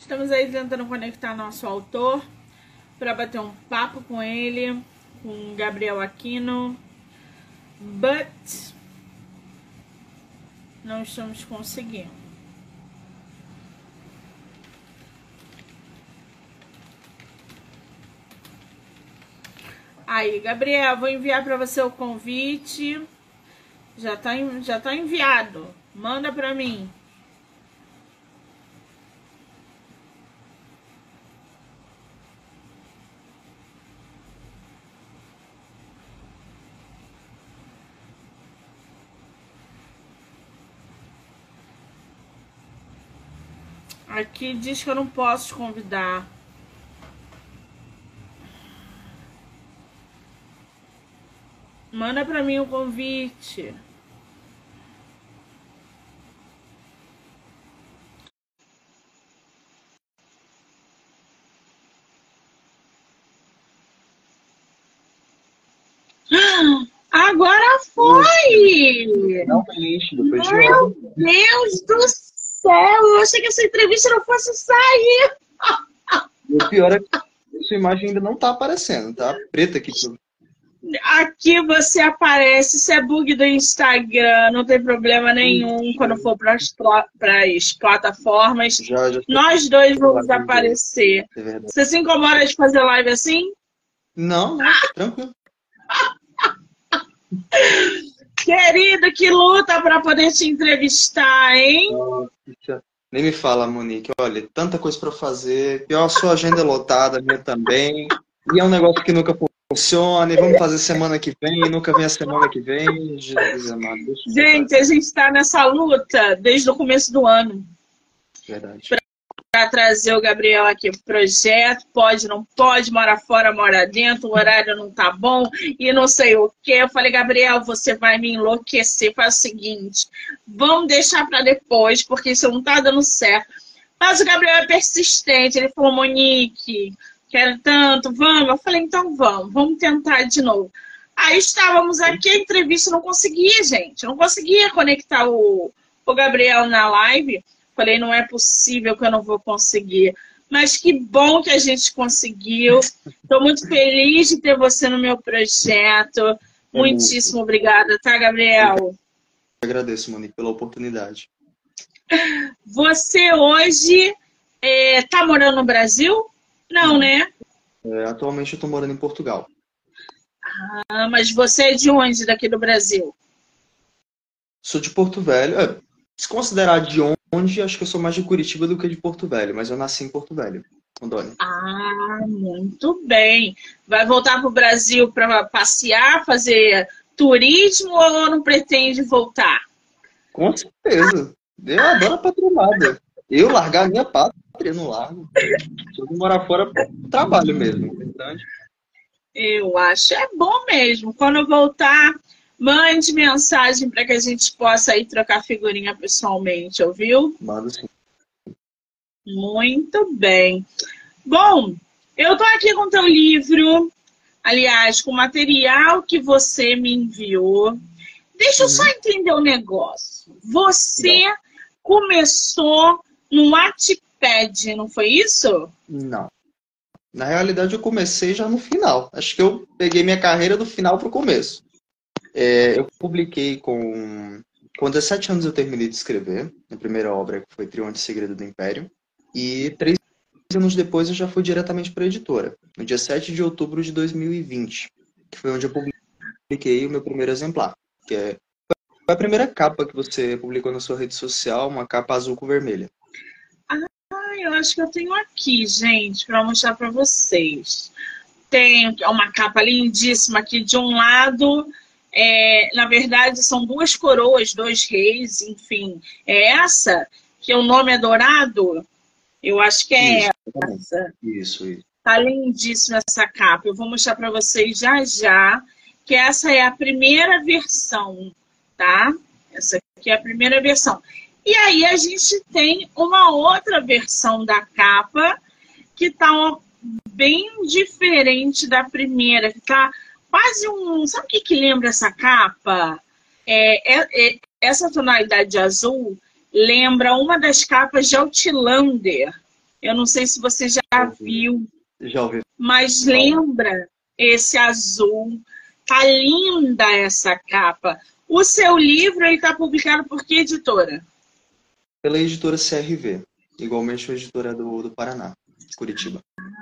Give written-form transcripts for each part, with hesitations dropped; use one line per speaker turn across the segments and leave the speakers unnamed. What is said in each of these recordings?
Estamos aí tentando conectar nosso autor para bater um papo com ele, com Gabriel Aquino, but não estamos conseguindo. Aí, Gabriel, vou enviar para você o convite. Já tá enviado. Manda para mim. Aqui diz que eu não posso te convidar. Manda pra mim o convite. Agora foi!
Finalmente, depois de
Meu Deus do céu! Eu achei que essa entrevista não fosse sair.
O pior é que sua imagem ainda não tá aparecendo, tá preta aqui.
Aqui você aparece, isso é bug do Instagram, não tem problema nenhum quando for para as plataformas.
Já
Nós dois vamos aparecer.
É verdade.
Você se incomoda de fazer live assim?
Não, tranquilo.
Querido, que luta para poder te entrevistar, hein?
Nossa, nem me fala, Monique. Olha, tanta coisa para fazer. Pior, a sua agenda é lotada, a minha também. E é um negócio que nunca funciona. E vamos fazer semana que vem. E nunca vem a semana que vem. Jesus amado.
Gente, a gente está nessa luta desde o começo do ano.
Verdade.
Para trazer o Gabriel aqui pro projeto, pode, não pode, mora fora, mora dentro, o horário não tá bom e não sei o que. Eu falei, Gabriel, você vai me enlouquecer, faz o seguinte, vamos deixar para depois, porque isso não tá dando certo. Mas o Gabriel é persistente, ele falou, Monique, quero tanto, vamos. Eu falei, então vamos tentar de novo. Aí estávamos aqui, a entrevista não conseguia, gente, não conseguia conectar o Gabriel na live. Falei, não é possível que eu não vou conseguir. Mas que bom que a gente conseguiu. Estou muito feliz de ter você no meu projeto. Muitíssimo obrigada, tá, Gabriel?
Eu agradeço, Monique, pela oportunidade.
Você hoje tá morando no Brasil? Não, né?
Atualmente eu estou morando em Portugal.
Ah, mas você é de onde daqui do Brasil?
Sou de Porto Velho. Se considerar de onde, acho que eu sou mais de Curitiba do que de Porto Velho, mas eu nasci em Porto Velho, Rondônia.
Ah, muito bem. Vai voltar para o Brasil para passear, fazer turismo ou não pretende voltar?
Com certeza. Eu adoro a patronada. Eu largar a minha pátria, não largo. Eu vou morar fora para trabalho mesmo, é verdade.
Eu acho. É bom mesmo. Quando eu voltar, mande mensagem para que a gente possa ir trocar figurinha pessoalmente, ouviu?
Mando sim.
Muito bem. Bom, eu tô aqui com o teu livro, aliás, com o material que você me enviou. Deixa eu só entender o negócio. Você começou no Wattpad, não foi isso?
Não. Na realidade, eu comecei já no final. Acho que eu peguei minha carreira do final para o começo. Eu publiquei com 17 anos eu terminei de escrever a primeira obra, que foi Triunfo e Segredo do Império. E 3 anos depois eu já fui diretamente para a editora, no dia 7 de outubro de 2020, que foi onde eu publiquei o meu primeiro exemplar. Foi a primeira capa que você publicou na sua rede social, uma capa azul com vermelha.
Ah, eu acho que eu tenho aqui, gente, para mostrar para vocês. Tem uma capa lindíssima aqui de um lado. Na verdade, são duas coroas, dois reis, enfim. É essa, que o nome é dourado? Eu acho que é essa.
Isso.
Tá lindíssima essa capa. Eu vou mostrar para vocês já, que essa é a primeira versão, tá? Essa aqui é a primeira versão. E aí a gente tem uma outra versão da capa que tá bem diferente da primeira, que tá quase um... Sabe o que lembra essa capa? Essa tonalidade de azul lembra uma das capas de Outlander. Eu não sei se você já viu,
Já ouvi
mas
falar.
lembra esse azul. Tá linda essa capa. O seu livro está publicado por que editora?
Pela editora CRV, igualmente a editora do Paraná, de Curitiba.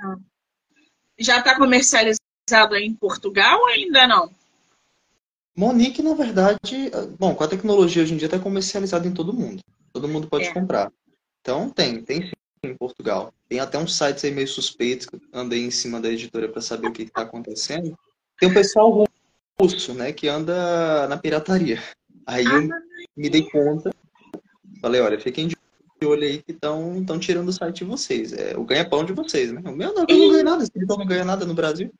Já está comercializado aí em Portugal ou ainda não?
Monique, na verdade, bom, com a tecnologia hoje em dia está comercializado em todo mundo. Todo mundo pode
É.
comprar. Então tem sim em Portugal. Tem até uns sites aí meio suspeitos que eu andei em cima da editora para saber o que está acontecendo. Tem um pessoal russo, né, que anda na pirataria. Aí
Ah,
eu me dei conta, falei, olha, fiquem de olho aí que estão tirando o site de vocês. É o ganha-pão de vocês, né? O meu não, eu não ganho nada, esse editor não ganha nada no Brasil.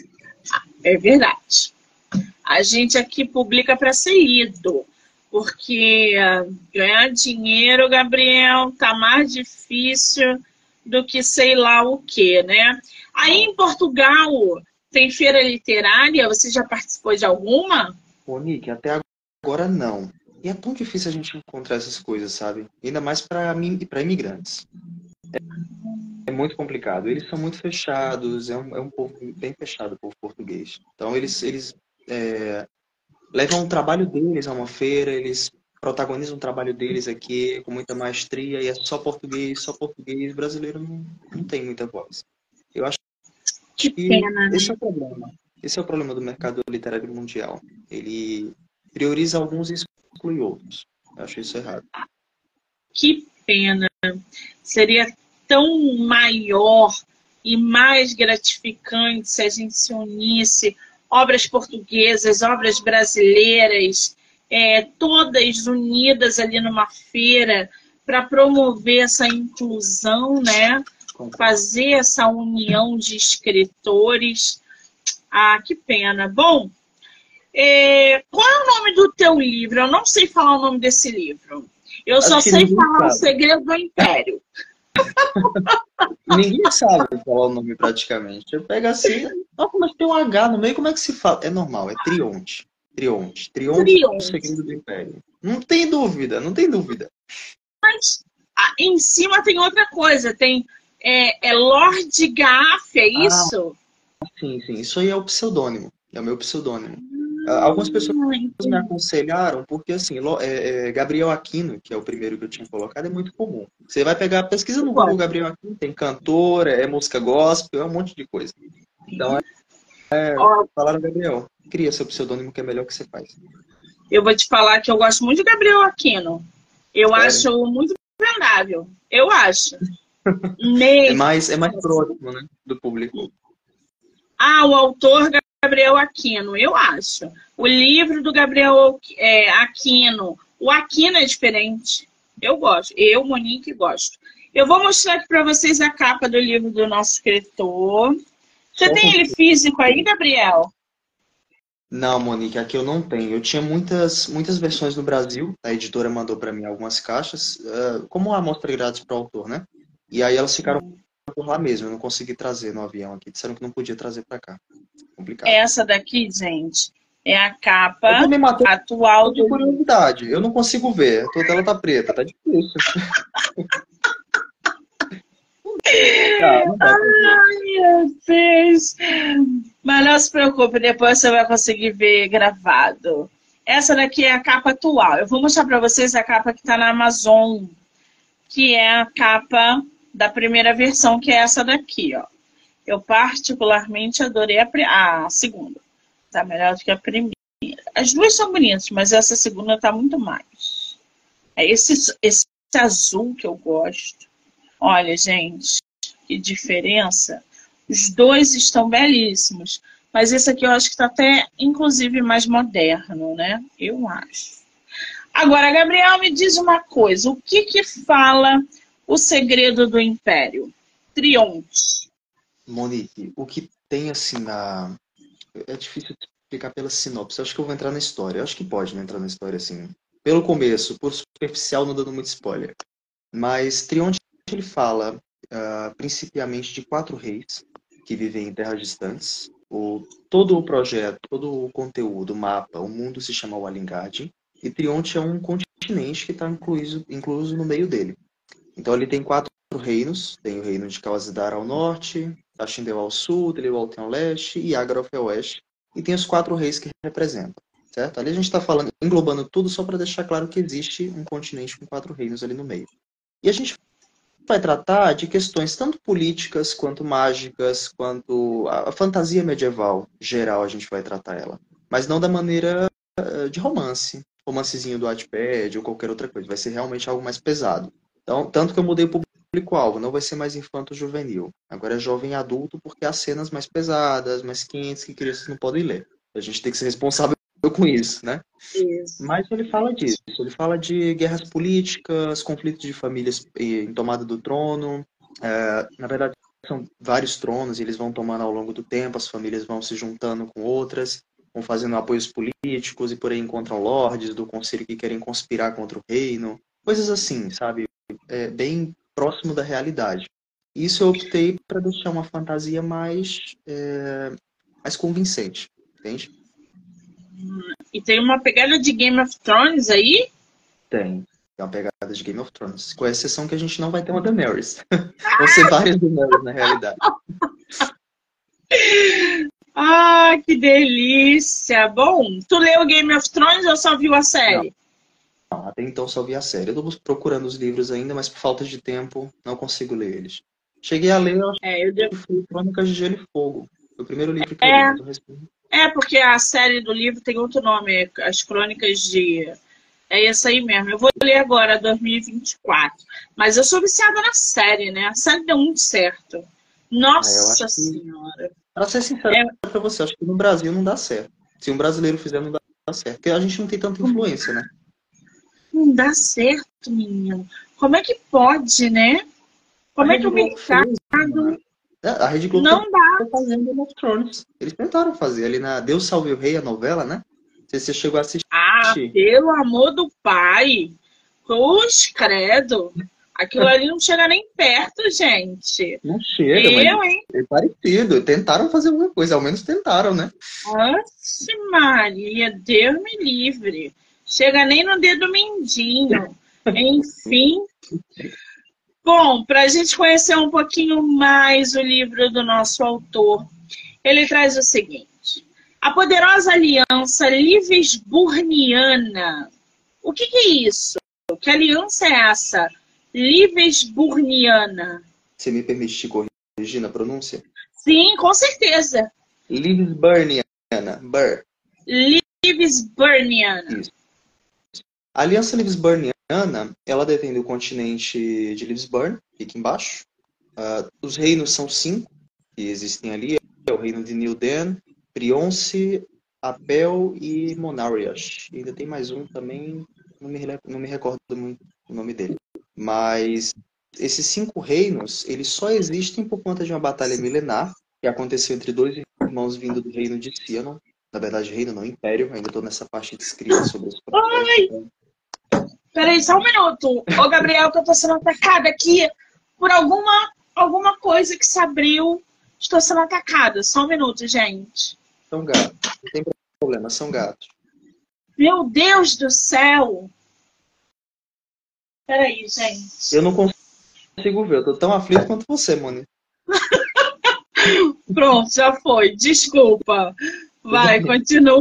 é verdade. A gente aqui publica para ser lido, porque ganhar dinheiro, Gabriel, tá mais difícil do que sei lá o que, né? Aí em Portugal tem feira literária, você já participou de alguma?
Monique, até agora não. E é tão difícil a gente encontrar essas coisas, sabe? Ainda mais para imigrantes. É muito complicado. Eles são muito fechados, é um povo bem fechado, o povo português. Então eles levam o trabalho deles a uma feira, eles protagonizam o trabalho deles aqui com muita maestria e é só português, brasileiro não tem muita voz. Eu acho
Que
que
pena,
esse é
né?
o problema. Esse é o problema do mercado literário mundial. Ele prioriza alguns e exclui outros. Eu acho isso errado.
Que pena. Seria tão maior e mais gratificante se a gente se unisse, obras portuguesas, obras brasileiras, todas unidas ali numa feira para promover essa inclusão, né? Fazer essa união de escritores. Ah, que pena. Bom, qual é o nome do teu livro? Eu não sei falar o nome desse livro. Eu
Acho
só
que
sei
ninguém
falar O
sabe.
Segredo do Império.
Ninguém sabe falar o nome praticamente. Eu pego assim, nossa, mas tem um H no meio, como é que se fala? É normal, é Trionte. Trionte. Trionte é o
Trionte.
segredo do Império. Não tem dúvida, não tem dúvida.
Em cima tem outra coisa, tem Lord Gaff, é
Ah,
isso?
sim. Isso aí é o pseudônimo. É o meu pseudônimo. Algumas pessoas me
Entendi.
aconselharam, porque assim, Gabriel Aquino, que é o primeiro que eu tinha colocado, é muito comum. Você vai pegar, pesquisa no Google Gabriel Aquino, tem cantor, é música gospel, é um monte de coisa. Então,
Ó,
falaram, Gabriel, cria seu pseudônimo que é melhor que você faz.
eu vou te falar que eu gosto muito de Gabriel Aquino. Eu
Sério?
acho muito vendável. Eu acho.
É
Mesmo.
mais próximo, né, do público.
Ah, o autor Gabriel Aquino, eu acho. O livro do Gabriel Aquino. O Aquino é diferente. Eu gosto. Eu, Monique, gosto. Eu vou mostrar aqui para vocês a capa do livro do nosso escritor. Você
Só
tem
com...
ele físico aí, Gabriel?
Não, Monique, aqui eu não tenho. Eu tinha muitas versões no Brasil. A editora mandou para mim algumas caixas, como amostra grátis para o autor, né? E aí elas ficaram por lá mesmo. Eu não consegui trazer no avião aqui. Disseram que não podia trazer para cá. Complicado.
Essa daqui, gente, é a
Eu
capa
também matei
atual
de
do livro.
curiosidade. Eu não consigo ver. A tua tela tá preta. Tá difícil. Tá, não dá pra ver.
Ai, meu Deus! Mas não se preocupe, depois você vai conseguir ver gravado. Essa daqui é a capa atual. Eu vou mostrar para vocês a capa que está na Amazon, que é a capa da primeira versão, que é essa daqui, ó. Eu particularmente adorei a segunda. Tá melhor do que a primeira. As duas são bonitas, mas essa segunda tá muito mais. É esse azul que eu gosto. Olha, gente, que diferença. Os dois estão belíssimos. Mas esse aqui eu acho que está até, inclusive, mais moderno, né? Eu acho. Agora, Gabriel, me diz uma coisa. O que fala O Segredo do Império? Trionte.
Monique, o que tem assim na. É difícil explicar pela sinopse. Eu acho que eu vou entrar na história. Eu acho que pode, né, entrar na história assim. Pelo começo, por superficial, não dando muito spoiler. Mas Trionte ele fala principalmente de 4 reis que vivem em terras distantes. Todo o projeto, todo o conteúdo, o mapa, o mundo se chama Walingard. E Trionte é um continente que está incluso no meio dele. Então ele tem 4 reinos. Tem o reino de Kawazidara ao norte, Ashindel ao sul, Deliwalten ao leste e Agraff ao oeste. E tem os 4 reis que representam, certo? Ali a gente está falando, englobando tudo só para deixar claro que existe um continente com 4 reinos ali no meio. E a gente vai tratar de questões tanto políticas, quanto mágicas, quanto a fantasia medieval geral, a gente vai tratar ela. Mas não da maneira de romancezinho do Wattpad ou qualquer outra coisa. Vai ser realmente algo mais pesado. Então, tanto que eu mudei o público-alvo, não vai ser mais infanto-juvenil. Agora é jovem adulto, porque há cenas mais pesadas, mais quentes, que crianças não podem ler. A gente tem que ser responsável com isso, né?
Isso.
Mas ele fala disso. Ele fala de guerras políticas, conflitos de famílias em tomada do trono. Na verdade, são vários tronos e eles vão tomando ao longo do tempo, as famílias vão se juntando com outras, vão fazendo apoios políticos e por aí encontram lordes do conselho que querem conspirar contra o reino. Coisas assim, sabe? Bem próximo da realidade. Isso eu optei para deixar uma fantasia mais convincente, entende?
E tem uma pegada de Game of Thrones aí?
Tem uma pegada de Game of Thrones. Com exceção que a gente não vai ter uma Daenerys. Vão ser várias Daenerys, na realidade.
Ah, que delícia! Bom, tu leu Game of Thrones ou só viu a série?
Não, até então só vi a série. Eu estou procurando os livros ainda, mas por falta de tempo não consigo ler eles. Cheguei a ler, eu acho que foi Crônicas de Gelo e Fogo. Foi o primeiro livro que eu li, mas eu respondi.
Porque a série do livro tem outro nome, As Crônicas de... É isso aí mesmo. Eu vou ler agora, 2024. Mas eu sou viciada na série, né? A série deu muito certo. Nossa Senhora.
Pra ser sincero pra você, acho que no Brasil não dá certo. Se um brasileiro fizer, não dá certo. Porque a gente não tem tanta influência, né?
Não dá certo, menino. Como é que pode, né? Como é que o mercado...
A Rede Globo
não dá
fazendo Game of Thrones. Eles tentaram fazer ali na Deus Salve o Rei, a novela, né? Não sei se você chegou a assistir.
Ah, pelo amor do pai. Cruz, credo. Aquilo ali não chega nem perto, gente.
Não chega, mas é parecido. Tentaram fazer alguma coisa, ao menos tentaram, né?
Nossa Maria, Deus me livre. Chega nem no dedo mindinho. Enfim. Bom, para a gente conhecer um pouquinho mais o livro do nosso autor, ele traz o seguinte: a poderosa aliança Livisburniana. O que é isso? Que aliança é essa? Livisburniana.
Você me permite te corrigir na pronúncia?
Sim, com certeza.
Livisburniana.
Livisburniana.
Isso. A aliança Livisburniana, ela detém o continente de Livisburn, fica embaixo. Os reinos são 5 que existem ali. É o reino de Nilden, Prionce, Apel e Monariash. E ainda tem mais um também, não me recordo muito o nome dele. Mas esses 5 reinos, eles só existem por conta de uma batalha milenar que aconteceu entre 2 irmãos vindo do reino de Cianon. Na verdade, reino não, império. Ainda estou nessa parte descrita sobre os
problemas. Peraí, só um minuto. Ô, Gabriel, que eu tô sendo atacada aqui por alguma coisa que se abriu. Estou sendo atacada. Só um minuto, gente.
São gatos. Não tem problema, são gatos.
Meu Deus do céu. Peraí, gente.
Eu não consigo ver. Eu tô tão aflito quanto você, Moni.
Pronto, já foi. Desculpa. Vai, continua.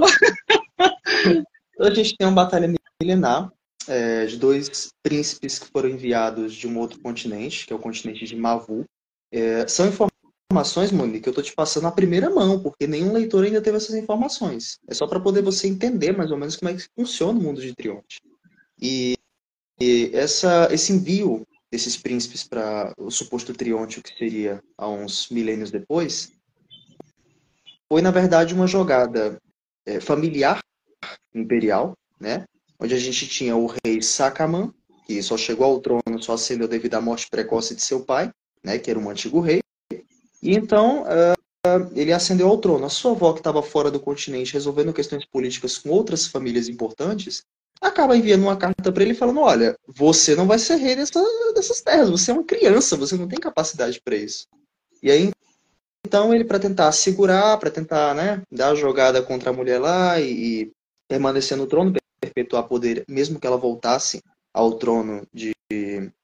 A gente tem uma batalha milenar de 2 príncipes que foram enviados de um outro continente, que é o continente de Mavu. São informações, Moni, que eu tô te passando à primeira mão, porque nenhum leitor ainda teve essas informações. É só para poder você entender mais ou menos como é que funciona o mundo de Trionte. E esse envio desses príncipes para o suposto Trionte, que seria há uns milênios depois, foi, na verdade, uma jogada familiar imperial, né? Onde a gente tinha o rei Sakaman, que só chegou ao trono, só ascendeu devido à morte precoce de seu pai, né? Que era um antigo rei. E então ele ascendeu ao trono. A sua avó, que estava fora do continente, resolvendo questões políticas com outras famílias importantes, acaba enviando uma carta para ele falando: olha, você não vai ser rei dessas terras, você é uma criança, você não tem capacidade para isso. E aí, então, ele, para tentar segurar, para tentar, né, dar a jogada contra a mulher lá e permanecer no trono, perpetuar poder, mesmo que ela voltasse ao trono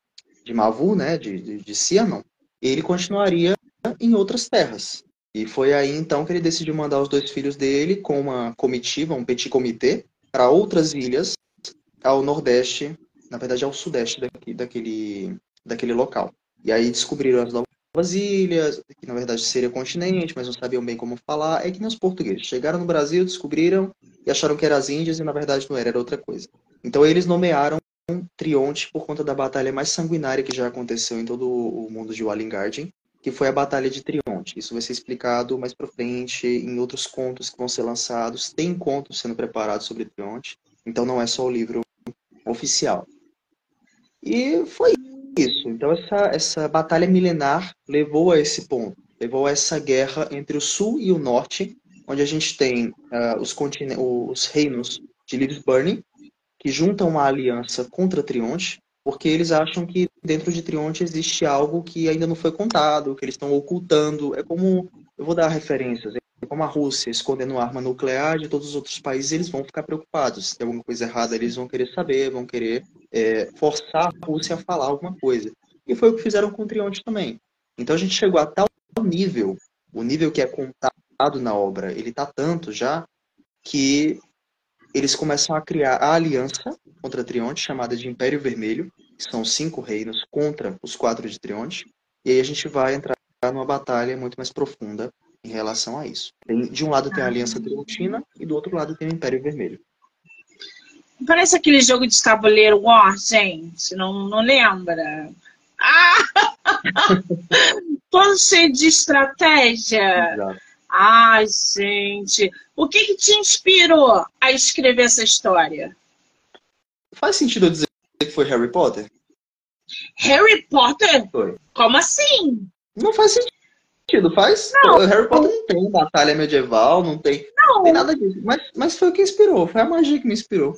Mavu, né, de Cianon, ele continuaria em outras terras. E foi aí então que ele decidiu mandar os 2 filhos dele com uma comitiva, um petit comité, para outras ilhas ao nordeste, na verdade ao sudeste daquele local. E aí descobriram as novas ilhas, que na verdade seria continente, mas não sabiam bem como falar. É que nem os portugueses. Chegaram no Brasil, descobriram e acharam que eram as Índias e na verdade não era, era outra coisa. Então eles nomearam Trionte por conta da batalha mais sanguinária que já aconteceu em todo o mundo de Wallengarden, que foi a Batalha de Trionte. Isso vai ser explicado mais pra frente em outros contos que vão ser lançados. Tem contos sendo preparados sobre Trionte, então não é só o livro oficial. E foi isso. Então essa batalha milenar levou a esse ponto, levou a essa guerra entre o sul e o norte, onde a gente tem os reinos de Liebsburning, que juntam uma aliança contra Trionte, porque eles acham que dentro de Trionte existe algo que ainda não foi contado, que eles estão ocultando. É como, eu vou dar referências, é como a Rússia escondendo arma nuclear de todos os outros países, eles vão ficar preocupados. Se tem alguma coisa errada, eles vão querer saber, vão querer forçar a Rússia a falar alguma coisa. E foi o que fizeram com Trionte também. Então a gente chegou a tal nível, o nível que é contado na obra, ele está tanto já, que eles começam a criar a aliança contra Trionte, chamada de Império Vermelho, que são 5 reinos contra os 4 de Trionte, e aí a gente vai entrar numa batalha muito mais profunda em relação a isso. De um lado tem a Aliança Triontina e do outro lado tem o Império Vermelho.
Parece aquele jogo de tabuleiro War, gente, não lembra? Todo cheio de estratégia.
Exato.
Ai, gente. O que te inspirou a escrever essa história?
Faz sentido eu dizer que foi Harry Potter?
Harry Potter?
Foi.
Como assim?
Não faz sentido, faz?
Não.
Harry Potter não tem batalha medieval, não tem nada disso. Mas foi o que inspirou, foi a magia que me inspirou.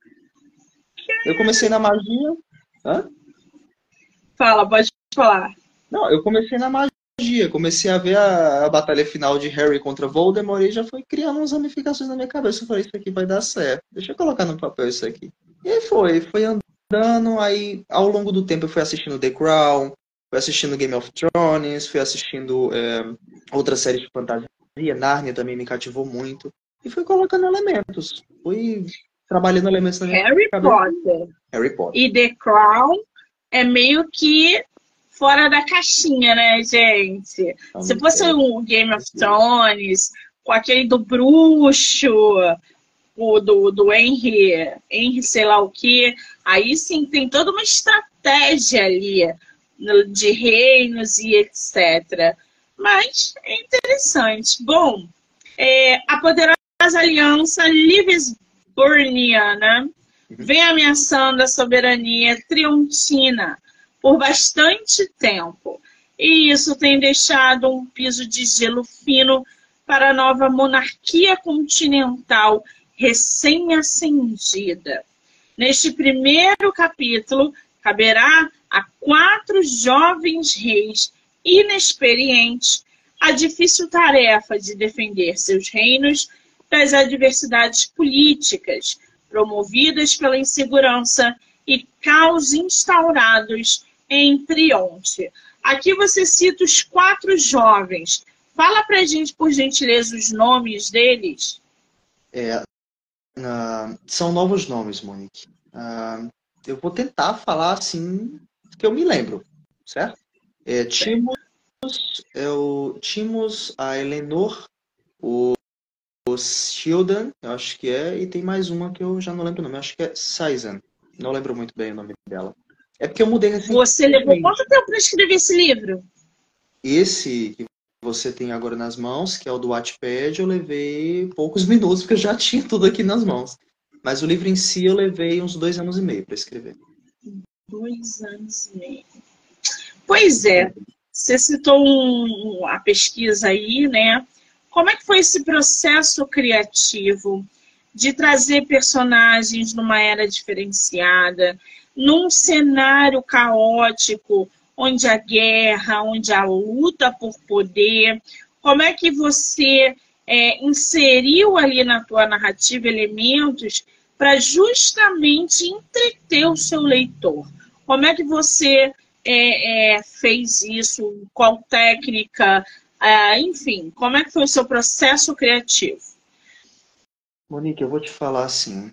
Eu comecei na magia... Hã?
Fala, pode falar.
Não, eu comecei na magia. Comecei a ver a batalha final de Harry contra Voldemort e já foi criando umas ramificações na minha cabeça. Eu falei, isso aqui vai dar certo. Deixa eu colocar no papel isso aqui. E aí foi andando. Aí, ao longo do tempo, eu fui assistindo The Crown, fui assistindo Game of Thrones, fui assistindo outras séries de fantasia. Nárnia também me cativou muito. E fui colocando elementos. Fui trabalhando elementos na minha cabeça. Harry Potter.
E The Crown é meio que fora da caixinha, né, gente? Se fosse um Game of Thrones, com aquele do bruxo, do Henry sei lá o que, aí sim tem toda uma estratégia ali de reinos e etc. Mas é interessante. Bom, a poderosa aliança Liebsburniana vem ameaçando a soberania triontina por bastante tempo. E isso tem deixado um piso de gelo fino para a nova monarquia continental recém-acendida. Neste primeiro capítulo, caberá a 4 jovens reis inexperientes a difícil tarefa de defender seus reinos das adversidades políticas promovidas pela insegurança e caos instaurados em Trionte. Aqui você cita os 4 jovens. Fala pra gente, por gentileza, os nomes deles.
São novos nomes, Monique. Eu vou tentar falar assim que eu me lembro, certo? Timos, a Eleanor, o Shildan, eu acho que e tem mais uma que eu já não lembro o nome, acho que é Saizan. Não lembro muito bem o nome dela. É porque eu mudei recentemente.
Você levou quanto tempo para escrever esse livro?
Esse que você tem agora nas mãos, que é o do Wattpad, eu levei poucos minutos, porque eu já tinha tudo aqui nas mãos. Mas o livro em si eu levei uns 2 anos e meio para escrever.
2 anos e meio. Pois é. Você citou a pesquisa aí, né? Como é que foi esse processo criativo de trazer personagens numa era diferenciada, num cenário caótico, onde a guerra, onde a luta por poder? Como é que você inseriu ali na tua narrativa elementos para justamente entreter o seu leitor? Como é que você fez isso? Qual técnica? Enfim, como é que foi o seu processo criativo?
Monique, eu vou te falar assim.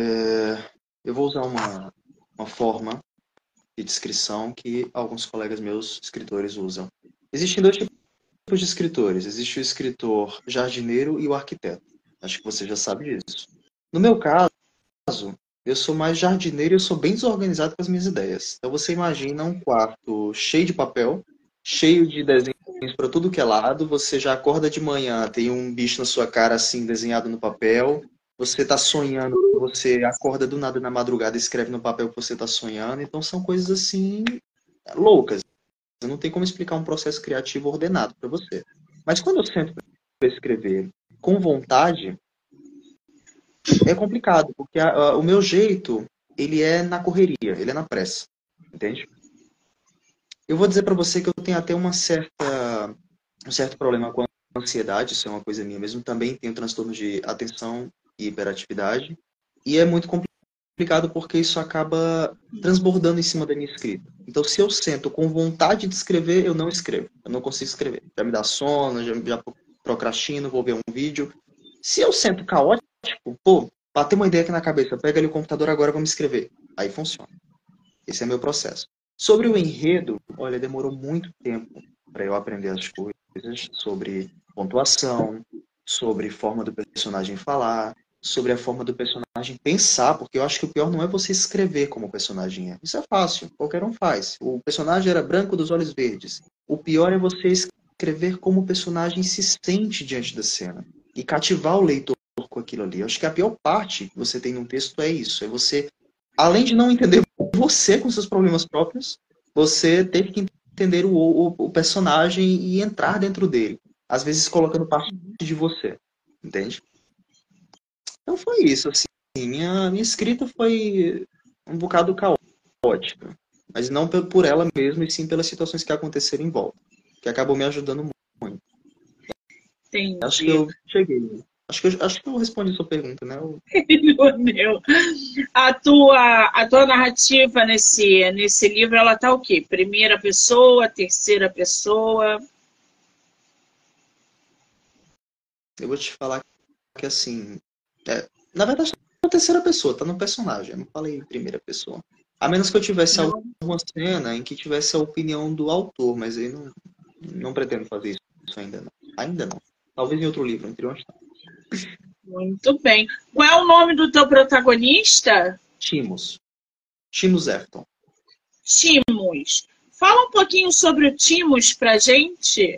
Eu vou usar uma forma de descrição que alguns colegas meus, escritores, usam. Existem dois tipos de escritores. Existe o escritor jardineiro e o arquiteto. Acho que você já sabe disso. No meu caso, eu sou mais jardineiro e eu sou bem desorganizado com as minhas ideias. Então você imagina um quarto cheio de papel, cheio de desenhos para tudo que é lado, você já acorda de manhã, tem um bicho na sua cara assim desenhado no papel, você está sonhando, você acorda do nada na madrugada e escreve no papel que você está sonhando. Então são coisas assim loucas. Não tem como explicar um processo criativo ordenado para você. Mas quando eu sento para escrever com vontade, é complicado, porque o meu jeito, ele é na correria, ele é na pressa, entende? Eu vou dizer para você que eu tenho até um certo problema com a ansiedade, isso é uma coisa minha mesmo. Também tenho transtorno de atenção e hiperatividade, e é muito complicado porque isso acaba transbordando em cima da minha escrita. Então, se eu sento com vontade de escrever, eu não escrevo, eu não consigo escrever. Já me dá sono, já procrastino, vou ver um vídeo. Se eu sento caótico, pô, bateu uma ideia aqui na cabeça, pega ali o computador agora, vamos escrever. Aí funciona. Esse é meu processo. Sobre o enredo, olha, demorou muito tempo para eu aprender as coisas sobre pontuação, sobre forma do personagem falar, sobre a forma do personagem pensar, porque eu acho que o pior não é você escrever como o personagem é. Isso é fácil, qualquer um faz. O personagem era branco dos olhos verdes. O pior é você escrever como o personagem se sente diante da cena e cativar o leitor com aquilo ali. Eu acho que a pior parte que você tem num texto é isso, é você, além de não entender você com seus problemas próprios, você teve que entender o personagem e entrar dentro dele. Às vezes colocando parte de você. Entende? Então foi isso. Assim, minha escrita foi um bocado caótica. Mas não por ela mesma, e sim pelas situações que aconteceram em volta. Que acabou me ajudando muito. Acho que
Entendi.
eu cheguei. Acho que eu respondi a sua pergunta, né?
Meu Deus. A tua narrativa nesse livro, ela tá o quê? Primeira pessoa, terceira pessoa?
Eu vou te falar que assim. Na verdade, tá na terceira pessoa, tá no personagem. Eu não falei em primeira pessoa. A menos que eu tivesse
Não.
alguma cena em que tivesse a opinião do autor, mas aí não pretendo fazer isso ainda não. Ainda não. Talvez em outro livro, entre onde tá.
Muito bem. Qual é o nome do teu protagonista?
Timos. Timos Ayrton.
Timos. Fala um pouquinho sobre o Timos pra gente.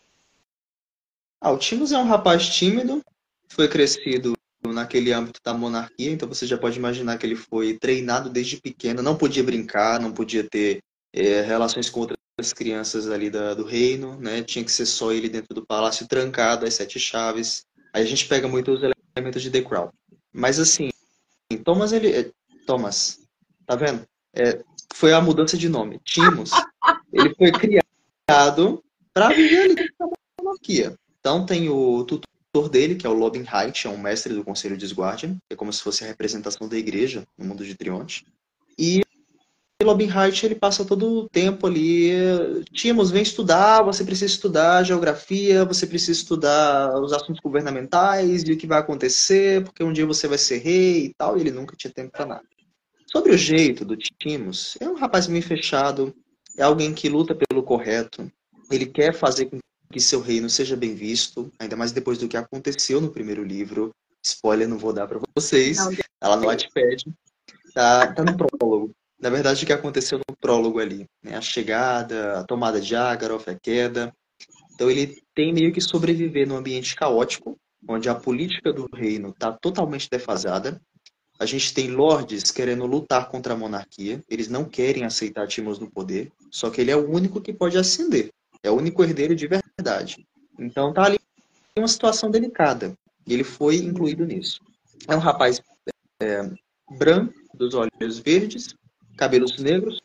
O Timos é um rapaz tímido, foi crescido naquele âmbito da monarquia, então você já pode imaginar que ele foi treinado desde pequeno, não podia brincar, não podia ter relações com outras crianças ali do reino, né? Tinha que ser só ele dentro do palácio, trancado, as sete chaves. Aí a gente pega muito os elementos de The Crown. Mas assim, Thomas, tá vendo? Foi a mudança de nome. Timos, ele foi criado para viver ali dentro da monarquia. Então tem o tutor dele, que é o Lobin Height, é um mestre do Conselho de Esguardian, que é como se fosse a representação da igreja no mundo de Trionte. E o Lobin Height, ele passa todo o tempo ali, Timos, vem estudar, você precisa estudar geografia, você precisa estudar os assuntos governamentais e o que vai acontecer, porque um dia você vai ser rei e tal, e ele nunca tinha tempo para nada. Sobre o jeito do Timos, é um rapaz meio fechado, é alguém que luta pelo correto, ele quer fazer com que seu reino seja bem visto, ainda mais depois do que aconteceu no primeiro livro. Spoiler, não vou dar para vocês,
Não,
tá lá no Wattpad, tá no prólogo. Na verdade, o que aconteceu no prólogo ali, né? A chegada, a tomada de Agaroth, a queda. Então ele tem meio que sobreviver num ambiente caótico, onde a política do reino está totalmente defasada. A gente tem lords querendo lutar contra a monarquia. Eles não querem aceitar Timos no poder. Só que ele é o único que pode ascender. É o único herdeiro de verdade. Então tá ali uma situação delicada. E ele foi incluído nisso. É um rapaz branco, dos olhos verdes, cabelos negros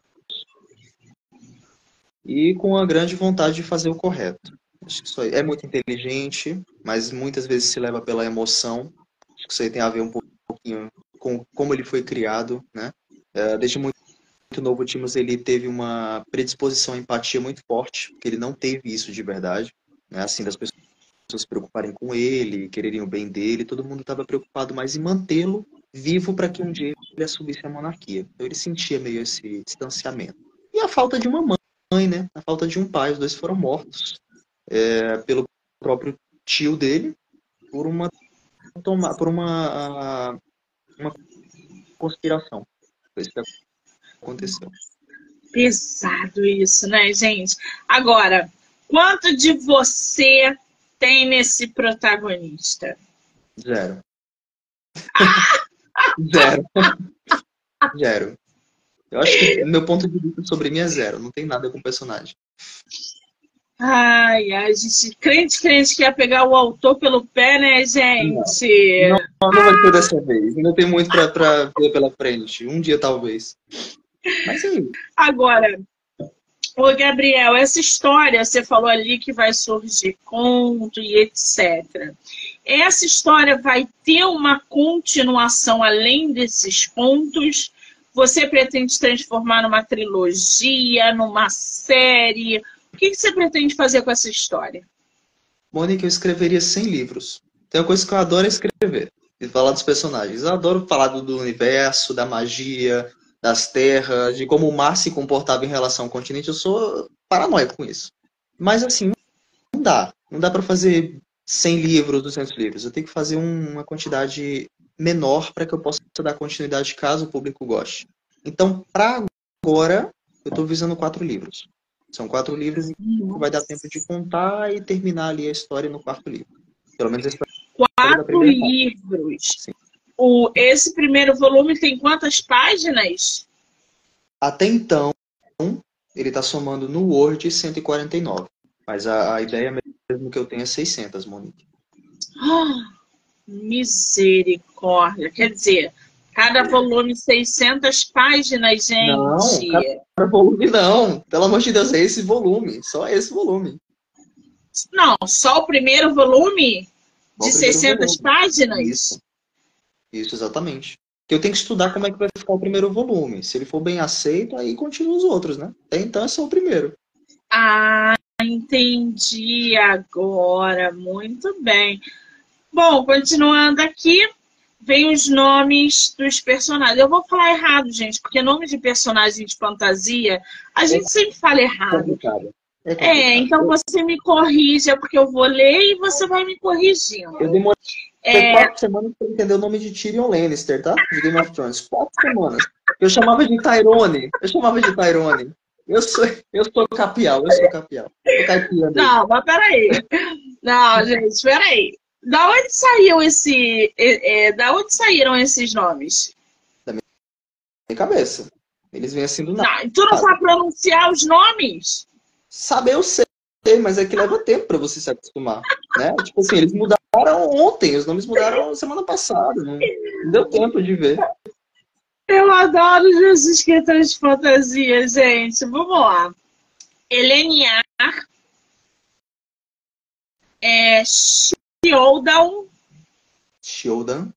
e com a grande vontade de fazer o correto. Acho que isso aí é muito inteligente, mas muitas vezes se leva pela emoção. Acho que isso aí tem a ver um pouquinho com como ele foi criado, né? Desde muito novo, o Timos, ele teve uma predisposição à empatia muito forte, porque ele não teve isso de verdade, né? Assim, das pessoas se preocuparem com ele, quererem o bem dele, todo mundo estava preocupado mais em mantê-lo vivo para que um dia ele assumisse a monarquia. Então ele sentia meio esse distanciamento. E a falta de uma mãe, né? A falta de um pai, os dois foram mortos pelo próprio tio dele por uma conspiração. Foi isso que aconteceu.
Pesado isso, né, gente? Agora, quanto de você tem nesse protagonista?
0. 0. 0. Eu acho que meu ponto de vista sobre mim é 0. Não tem nada com o personagem.
Ai, a gente, crente que ia pegar o autor pelo pé, né, gente?
Não vai ser dessa vez. Ainda tem muito pra ver pela frente. Um dia, talvez. Mas sim.
Agora, ô Gabriel, essa história, você falou ali que vai surgir conto e etc. Essa história vai ter uma continuação além desses contos? Você pretende transformar numa trilogia, numa série? O que você pretende fazer com essa história?
Mônica, eu escreveria 100 livros. Tem uma coisa que eu adoro escrever. E falar dos personagens. Eu adoro falar do universo, da magia, das terras, de como o mar se comportava em relação ao continente. Eu sou paranoico com isso. Mas assim, não dá. Não dá para fazer 100 livros, 200 livros. Eu tenho que fazer uma quantidade menor para que eu possa dar continuidade caso o público goste. Então, para agora, eu estou visando 4 livros. São 4 livros e vai dar tempo de contar e terminar ali a história no 4º livro. Pelo menos a história da
4
primeira
livros.
Sim.
Esse primeiro volume tem quantas páginas?
Até então, ele está somando no Word 149. Mas a ideia mesmo que eu tenho é 600, Monique.
Misericórdia. Quer dizer, cada volume 600 páginas, gente.
Não, cada volume não. Pelo amor de Deus, é esse volume. Só esse volume.
Não, só o primeiro volume de 600 páginas?
Isso, exatamente. Porque eu tenho que estudar como é que vai ficar o primeiro volume. Se ele for bem aceito, aí continua os outros, né? Até então é só o primeiro.
Ah, entendi agora. Muito bem. Bom, continuando aqui, vem os nomes dos personagens. Eu vou falar errado, gente, porque nome de personagem de fantasia, a gente sempre fala errado. Então você me corrija, porque eu vou ler e você vai me corrigindo.
Eu demorei 4 semanas para entender o nome de Tyrion Lannister, tá? De Game of Thrones. 4 semanas. Eu chamava de Tyrone. Eu sou capial.
Não, mas peraí. Não, gente, peraí. Da onde saiu da onde saíram esses nomes?
Da minha cabeça. Eles vêm assim do nada.
Não, tu não sabe pronunciar os nomes?
Saber eu sei, mas é que leva tempo pra você se acostumar, né? Tipo assim, eles mudaram ontem, os nomes mudaram semana passada, não deu tempo de ver.
Eu adoro os escritores de fantasia, gente. Vamos lá. Eleniar, Shiodan,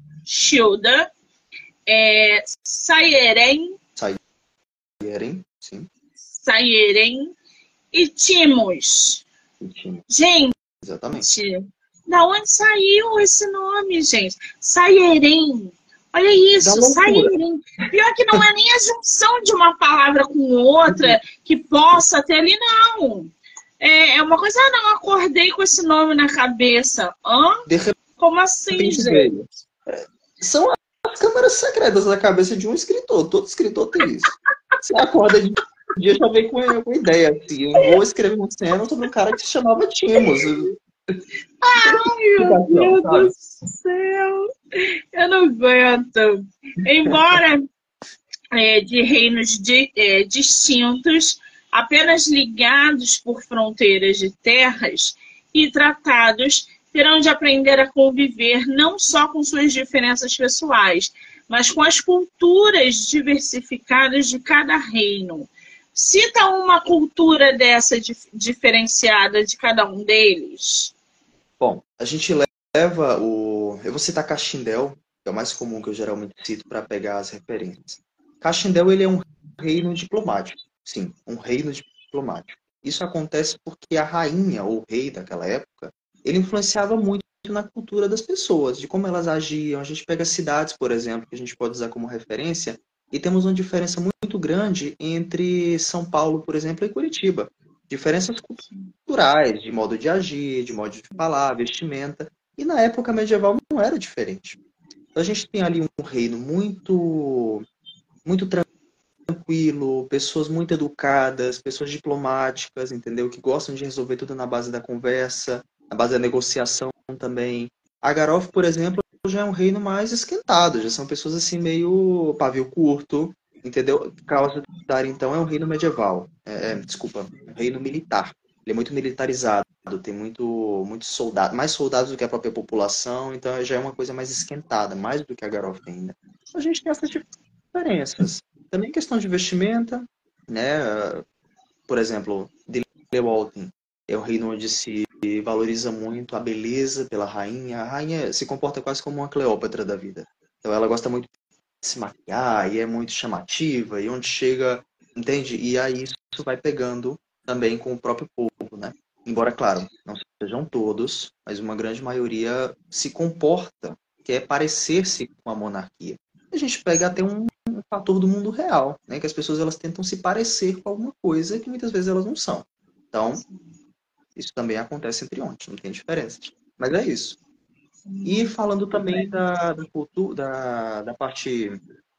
Sayeren e Timos. Gente,
exatamente.
Da onde saiu esse nome, gente? Sayeren. Olha isso, Sayeren. Pior que não é nem a junção de uma palavra com outra que possa ter ali, não. É uma coisa, não, acordei com esse nome na cabeça. Como assim, gente?
São as câmeras secretas na cabeça de um escritor. Todo escritor tem isso. Você acorda de dia já vem com ideia, assim. Eu vou escrever uma cena sobre um cara que se chamava Timos.
Ai, meu Deus do céu. Eu não aguento. Embora de reinos distintos, apenas ligados por fronteiras de terras e tratados, terão de aprender a conviver não só com suas diferenças pessoais, mas com as culturas diversificadas de cada reino. Cita uma cultura dessa diferenciada de cada um deles.
Bom, a gente leva eu vou citar Caxindel, que é o mais comum que eu geralmente cito para pegar as referências. Caxindel, ele é um reino diplomático. Sim, um reino diplomático. Isso acontece porque a rainha ou o rei daquela época, ele influenciava muito na cultura das pessoas, de como elas agiam. A gente pega cidades, por exemplo, que a gente pode usar como referência, e temos uma diferença muito grande entre São Paulo, por exemplo, e Curitiba. Diferenças culturais, de modo de agir, de modo de falar, vestimenta. E na época medieval não era diferente. Então a gente tem ali um reino muito tranquilo, pessoas muito educadas, pessoas diplomáticas, entendeu? Que gostam de resolver tudo na base da conversa, na base da negociação também. A Garof, por exemplo, já é um reino mais esquentado, já são pessoas assim meio pavio curto, entendeu? Causar, então, é um reino medieval. Desculpa, um reino militar. Ele é muito militarizado, tem muito soldado, mais soldados do que a própria população, então já é uma coisa mais esquentada, mais do que a Garof ainda. A gente tem essas diferenças. Também questão de vestimenta, né? Por exemplo, Walton é um reino onde se valoriza muito a beleza pela rainha. A rainha se comporta quase como uma Cleópatra da vida. Então ela gosta muito de se maquiar e é muito chamativa, e onde chega, entende? E aí isso vai pegando também com o próprio povo, né? Embora, claro, não sejam todos, mas uma grande maioria se comporta, quer parecer-se com a monarquia. A gente pega até um fator do mundo real, né? Que as pessoas elas tentam se parecer com alguma coisa que muitas vezes elas não são. Então, isso também acontece entre ontes, não tem diferença. Mas é isso. E falando também da cultura, da parte,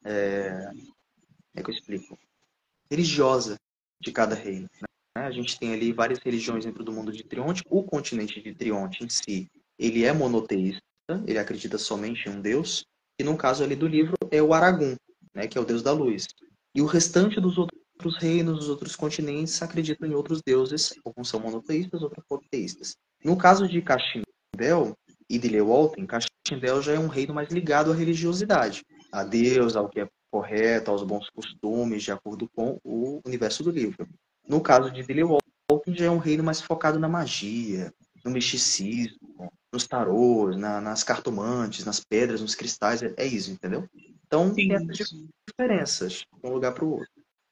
como é que eu explico? Religiosa de cada reino. Né? A gente tem ali várias religiões dentro do mundo de Trionte. O continente de Trionte em si, ele é monoteísta, ele acredita somente em um deus. E no caso ali do livro é o Aragum, né, que é o deus da luz. E o restante dos outros reinos, dos outros continentes, acreditam em outros deuses, alguns são monoteístas, outros politeístas. No caso de Caxindel e de Lewalten, Caxindel já é um reino mais ligado à religiosidade, a Deus, ao que é correto, aos bons costumes, de acordo com o universo do livro. No caso de Lewalten, já é um reino mais focado na magia, no misticismo, nos tarôs, nas cartomantes, nas pedras, nos cristais, é isso, entendeu? Então, tem
Sim.
essas diferenças de um lugar para o outro.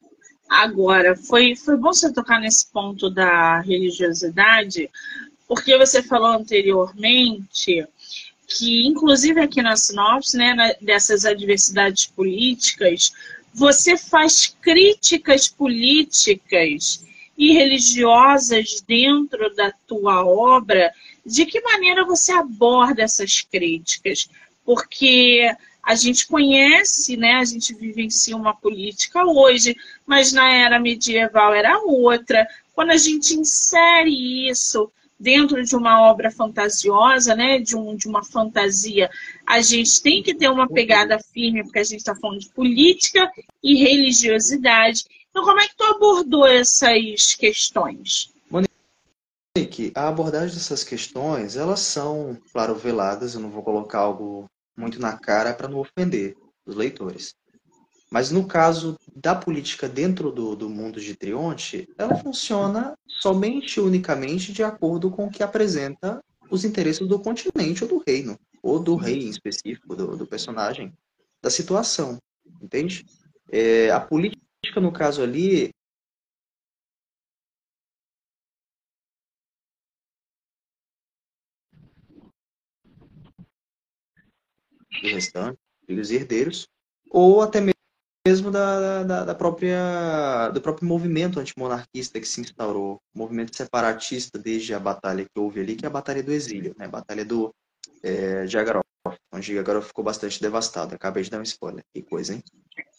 Agora, foi bom você tocar nesse ponto da religiosidade, porque você falou anteriormente que, inclusive aqui na sinopse, né, dessas adversidades políticas, você faz críticas políticas e religiosas dentro da tua obra. De que maneira você aborda essas críticas? Porque a gente conhece, né, a gente vivencia uma política hoje, mas na era medieval era outra. Quando a gente insere isso dentro de uma obra fantasiosa, né, de uma fantasia, a gente tem que ter uma pegada firme, porque a gente está falando de política e religiosidade. Então, como é que tu abordou essas questões?
Monique, a abordagem dessas questões, elas são, claro, veladas, eu não vou colocar algo muito na cara para não ofender os leitores. Mas no caso da política dentro do mundo de Trionte, ela funciona somente e unicamente de acordo com o que apresenta os interesses do continente ou do reino, ou do rei em específico, do personagem, da situação, entende? A política, no caso ali, do restante, filhos e herdeiros, ou até mesmo do próprio movimento antimonarquista que se instaurou, movimento separatista desde a batalha que houve ali, que é a Batalha do Exílio, né? A Batalha de Agaroth, onde Agaroth ficou bastante devastado. Acabei de dar um spoiler, que coisa, hein?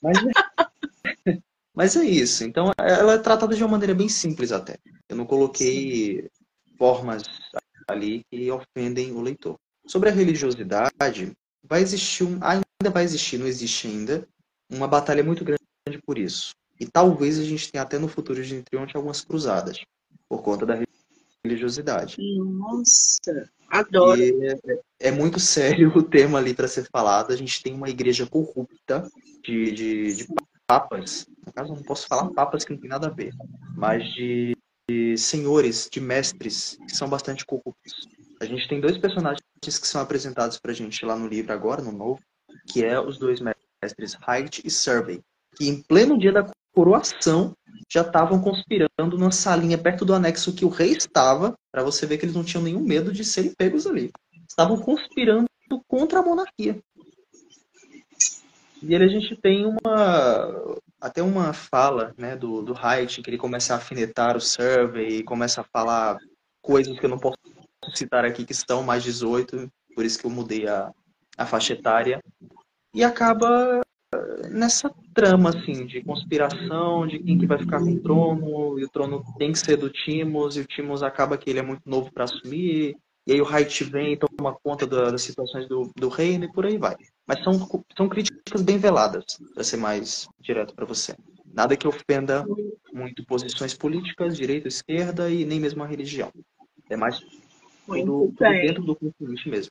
Mas é isso. Então, ela é tratada de uma maneira bem simples até. Eu não coloquei formas ali que ofendem o leitor. Sobre a religiosidade, vai existir ainda vai existir, não existe ainda, uma batalha muito grande por isso. E talvez a gente tenha até no futuro de Trionte algumas cruzadas, por conta da religiosidade.
Nossa, adoro.
E é muito sério o tema ali para ser falado. A gente tem uma igreja corrupta de papas. No caso, não posso falar papas que não tem nada a ver, mas de senhores, de mestres, que são bastante corruptos. A gente tem dois personagens que são apresentados pra gente lá no livro agora, no novo, que é os dois mestres, Hygd e Survey, que em pleno dia da coroação já estavam conspirando numa salinha perto do anexo que o rei estava, para você ver que eles não tinham nenhum medo de serem pegos ali. Estavam conspirando contra a monarquia. E ele, a gente tem até uma fala, né, do Haidt, que ele começa a afinetar o survey e começa a falar coisas que eu não posso citar aqui, que estão mais 18, por isso que eu mudei a faixa etária. E acaba nessa trama, assim, de conspiração, de quem que vai ficar com o trono, e o trono tem que ser do Timos, e o Timos acaba que ele é muito novo para assumir, e aí o Haidt vem e toma conta das situações do reino, e por aí vai. Mas são críticas bem veladas, para ser mais direto para você. Nada que ofenda muito posições políticas, direita, esquerda, e nem mesmo a religião. É mais tudo dentro do convite mesmo.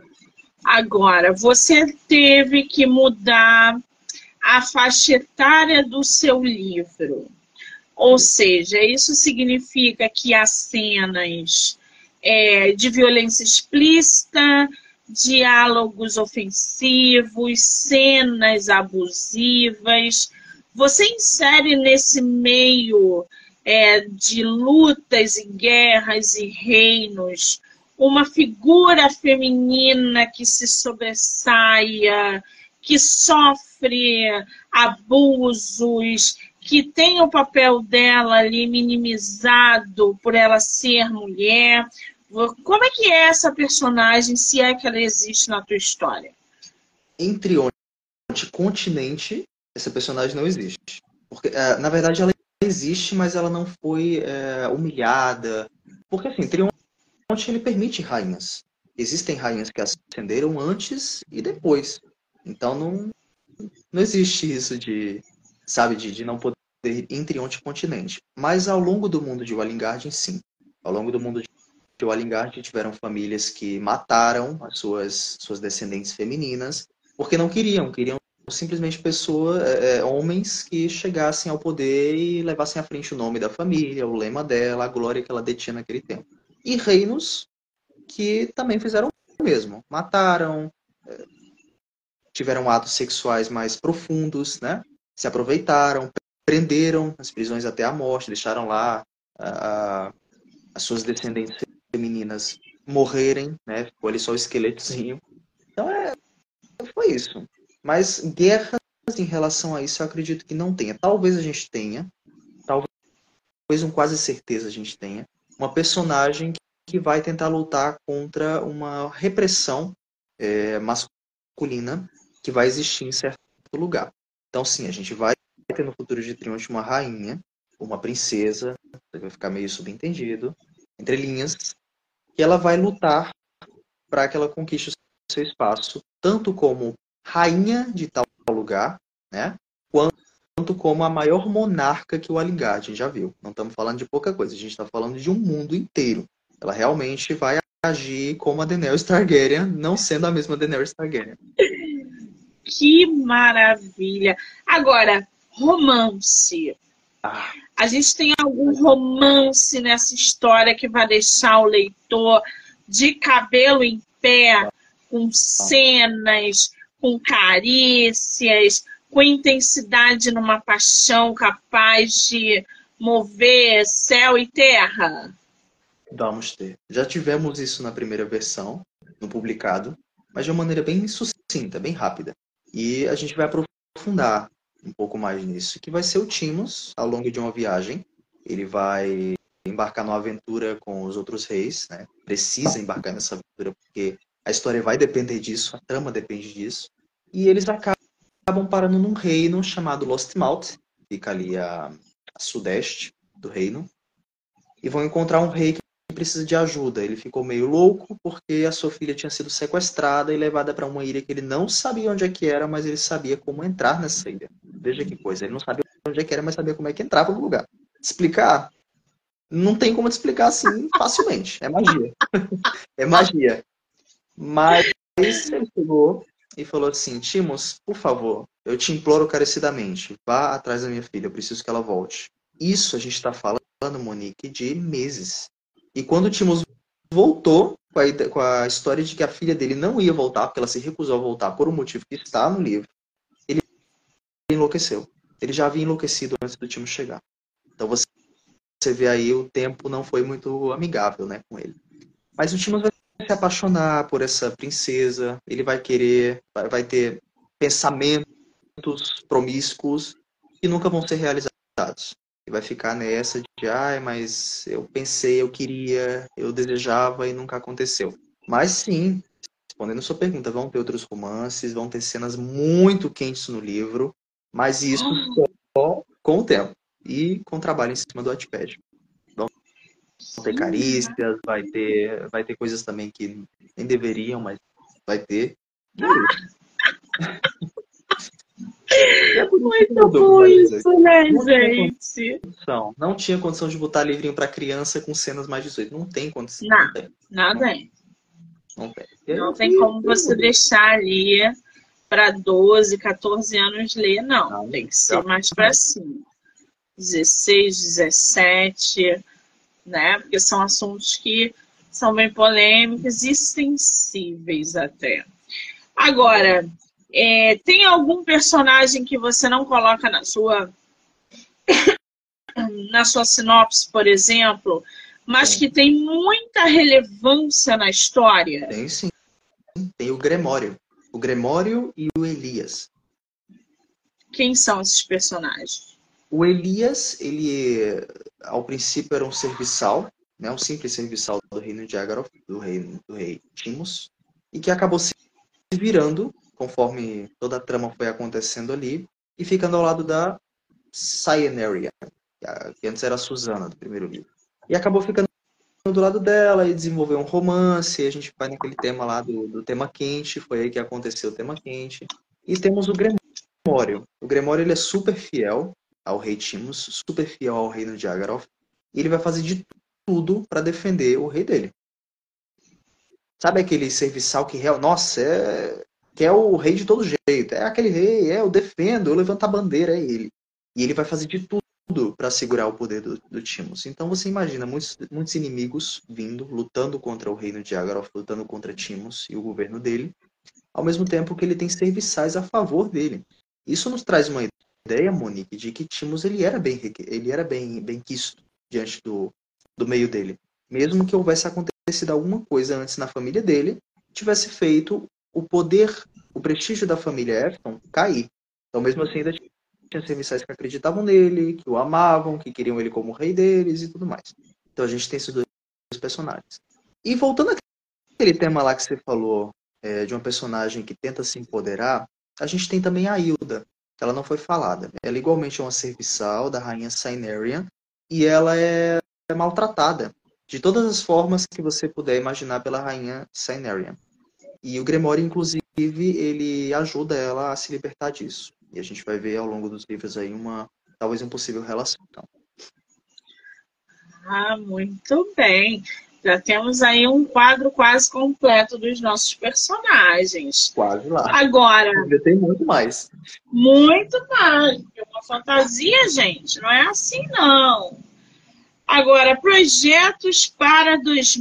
Agora, você teve que mudar a faixa etária do seu livro. Ou seja, isso significa que há cenas de violência explícita, diálogos ofensivos, cenas abusivas. Você insere nesse meio de lutas e guerras e reinos uma figura feminina que se sobressaia, que sofre abusos, que tem o papel dela ali minimizado por ela ser mulher. Como é que é essa personagem, se é que ela existe na tua história?
Em Trionte Continente, essa personagem não existe. Porque, na verdade, ela existe, mas ela não foi humilhada. Porque, assim, Trionte ele permite rainhas. Existem rainhas que ascenderam antes e depois. Então não existe isso de não poder ir em Trionte Continente. Mas ao longo do mundo de Valengard, sim. Ao longo do mundo de Valengard tiveram famílias que mataram as suas descendentes femininas porque não queriam simplesmente homens que chegassem ao poder e levassem à frente o nome da família, o lema dela, a glória que ela detinha naquele tempo. E reinos que também fizeram o mesmo. Mataram, tiveram atos sexuais mais profundos, né? Se aproveitaram, prenderam as prisões até a morte, deixaram lá as suas descendentes femininas morrerem, né? Ficou ali só o esqueletozinho. Então foi isso. Mas guerras em relação a isso eu acredito que não tenha. Talvez a gente tenha, talvez com quase certeza a gente tenha, uma personagem que vai tentar lutar contra uma repressão masculina que vai existir em certo lugar. Então, sim, a gente vai ter no futuro de Trionte uma rainha, uma princesa, vai ficar meio subentendido, entre linhas, que ela vai lutar para que ela conquiste o seu espaço, tanto como rainha de tal lugar, né, quanto como a maior monarca que o Valengard já viu. Não estamos falando de pouca coisa, a gente está falando de um mundo inteiro. Ela realmente vai agir como a Daenerys Targaryen, não sendo a mesma Daenerys Targaryen.
Que maravilha! Agora, romance. A gente tem algum romance nessa história que vai deixar o leitor de cabelo em pé, com cenas, com carícias, com intensidade numa paixão capaz de mover céu e terra?
Vamos ter. Já tivemos isso na primeira versão, no publicado, mas de uma maneira bem sucinta, bem rápida. E a gente vai aprofundar um pouco mais nisso, que vai ser o Timos, ao longo de uma viagem. Ele vai embarcar numa aventura com os outros reis, né? Precisa embarcar nessa aventura, porque a história vai depender disso, a trama depende disso. E eles acabam parando num reino chamado Lostmouth, fica ali a sudeste do reino, e vão encontrar um rei que precisa de ajuda. Ele ficou meio louco porque a sua filha tinha sido sequestrada e levada para uma ilha que ele não sabia onde é que era, mas ele sabia como entrar nessa ilha. Veja que coisa, ele não sabia onde é que era, mas sabia como é que entrava no lugar. Explicar? Não tem como te explicar assim facilmente. É magia. É magia. Mas ele chegou e falou assim: Timos, por favor, eu te imploro carecidamente, vá atrás da minha filha, eu preciso que ela volte. Isso a gente está falando, Monique, de meses. E quando o Timos voltou com a história de que a filha dele não ia voltar, porque ela se recusou a voltar por um motivo que está no livro, ele enlouqueceu. ele já havia enlouquecido antes do Timos chegar. Então você vê aí, o tempo não foi muito amigável, né, com ele. Mas o Timos vai se apaixonar por essa princesa, ele vai querer, vai ter pensamentos promíscuos que nunca vão ser realizados. E vai ficar nessa de, ai, mas eu pensei, eu queria, eu desejava e nunca aconteceu. Mas sim, respondendo a sua pergunta, vão ter outros romances, vão ter cenas muito quentes no livro, mas isso só com o tempo e com o trabalho em cima do Wattpad. Vão ter carícias, vai ter coisas também que nem deveriam, mas vai ter.
Muito bom isso, né, gente?
Não tinha condição de botar livrinho para criança com cenas mais 18. Não tem condição.
Não tem. Não tem como você deixar ali para 12, 14 anos ler, não. Tem que ser mais para cima. 16, 17, né? Porque são assuntos que são bem polêmicos e sensíveis até. Agora, tem algum personagem que você não coloca na sua sinopse, por exemplo, mas que tem muita relevância na história?
Tem sim. Tem o Grimório. O Grimório e o Elias.
Quem são esses personagens?
O Elias, ele ao princípio era um serviçal, né, um simples serviçal do reino de Agaroth, do rei Timos, e que acabou se virando, conforme toda a trama foi acontecendo ali, e ficando ao lado da Cyaneria, que antes era a Susana, do primeiro livro. E acabou ficando do lado dela e desenvolveu um romance, a gente vai naquele tema lá do tema quente, foi aí que aconteceu o tema quente. E temos o Grimório. O Grimório, ele é super fiel ao rei Timos, super fiel ao reino de Agaroth, e ele vai fazer de tudo para defender o rei dele. Sabe aquele serviçal que, nossa, que é o rei de todo jeito, é aquele rei, eu defendo, eu levanto a bandeira, é ele. E ele vai fazer de tudo para segurar o poder do Timos. Então você imagina muitos inimigos vindo, lutando contra o reino de Agaroth, lutando contra Timos e o governo dele, ao mesmo tempo que ele tem serviçais a favor dele. Isso nos traz uma ideia, Monique, de que Timos ele era bem quisto diante do meio dele. Mesmo que houvesse acontecido alguma coisa antes na família dele, tivesse feito o poder, o prestígio da família Efton cair. Então mesmo assim ainda tinha serviçais que acreditavam nele, que o amavam, que queriam ele como rei deles e tudo mais. Então a gente tem esses dois personagens. E voltando àquele tema lá que você falou, de uma personagem que tenta se empoderar, a gente tem também a Hilda. Ela não foi falada. Ela igualmente é uma serviçal da rainha Cyaneria e ela é maltratada de todas as formas que você puder imaginar pela rainha Cyaneria. E o Grimório, inclusive, ele ajuda ela a se libertar disso. E a gente vai ver ao longo dos livros aí talvez uma possível relação.
Ah, muito bem. Já temos aí um quadro quase completo dos nossos personagens.
Quase lá.
Agora...
Ainda tem muito mais.
Muito mais. É uma fantasia, gente. Não é assim, não. Agora, projetos para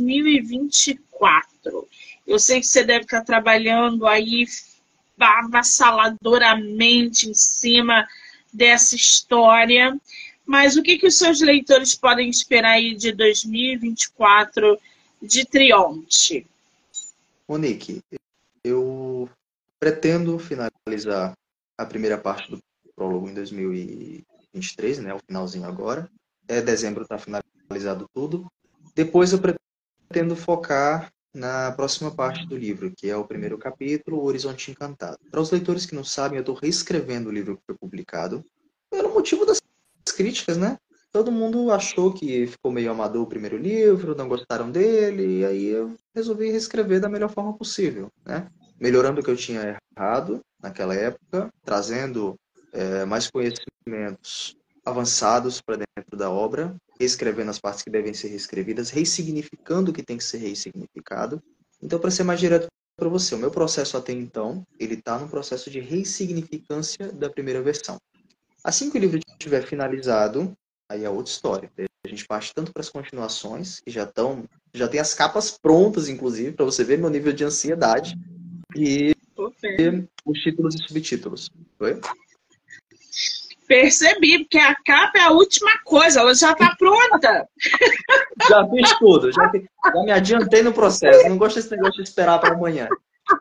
2024. Eu sei que você deve estar trabalhando aí avassaladoramente em cima dessa história. Mas o que os seus leitores podem esperar aí de 2024 de Trionte?
Monique, eu pretendo finalizar a primeira parte do prólogo em 2023, né? O finalzinho agora. Dezembro está finalizado tudo. Depois eu pretendo focar na próxima parte do livro, que é o primeiro capítulo, O Horizonte Encantado. Para os leitores que não sabem, eu estou reescrevendo o livro que foi publicado pelo motivo das críticas, né? Todo mundo achou que ficou meio amador o primeiro livro, não gostaram dele, e aí eu resolvi reescrever da melhor forma possível, né? Melhorando o que eu tinha errado naquela época, trazendo mais conhecimentos avançados para dentro da obra, reescrevendo as partes que devem ser reescrevidas, ressignificando o que tem que ser ressignificado. Então, para ser mais direto para você, o meu processo até então, ele está no processo de ressignificância da primeira versão. Assim que o livro estiver finalizado, aí é outra história. A gente parte tanto para as continuações, que já tem as capas prontas, inclusive, para você ver meu nível de ansiedade, e os títulos e subtítulos. Foi?
Percebi, porque a capa é a última coisa, ela já tá pronta.
Já fiz tudo, já me adiantei no processo. Não gosto desse negócio de esperar para amanhã.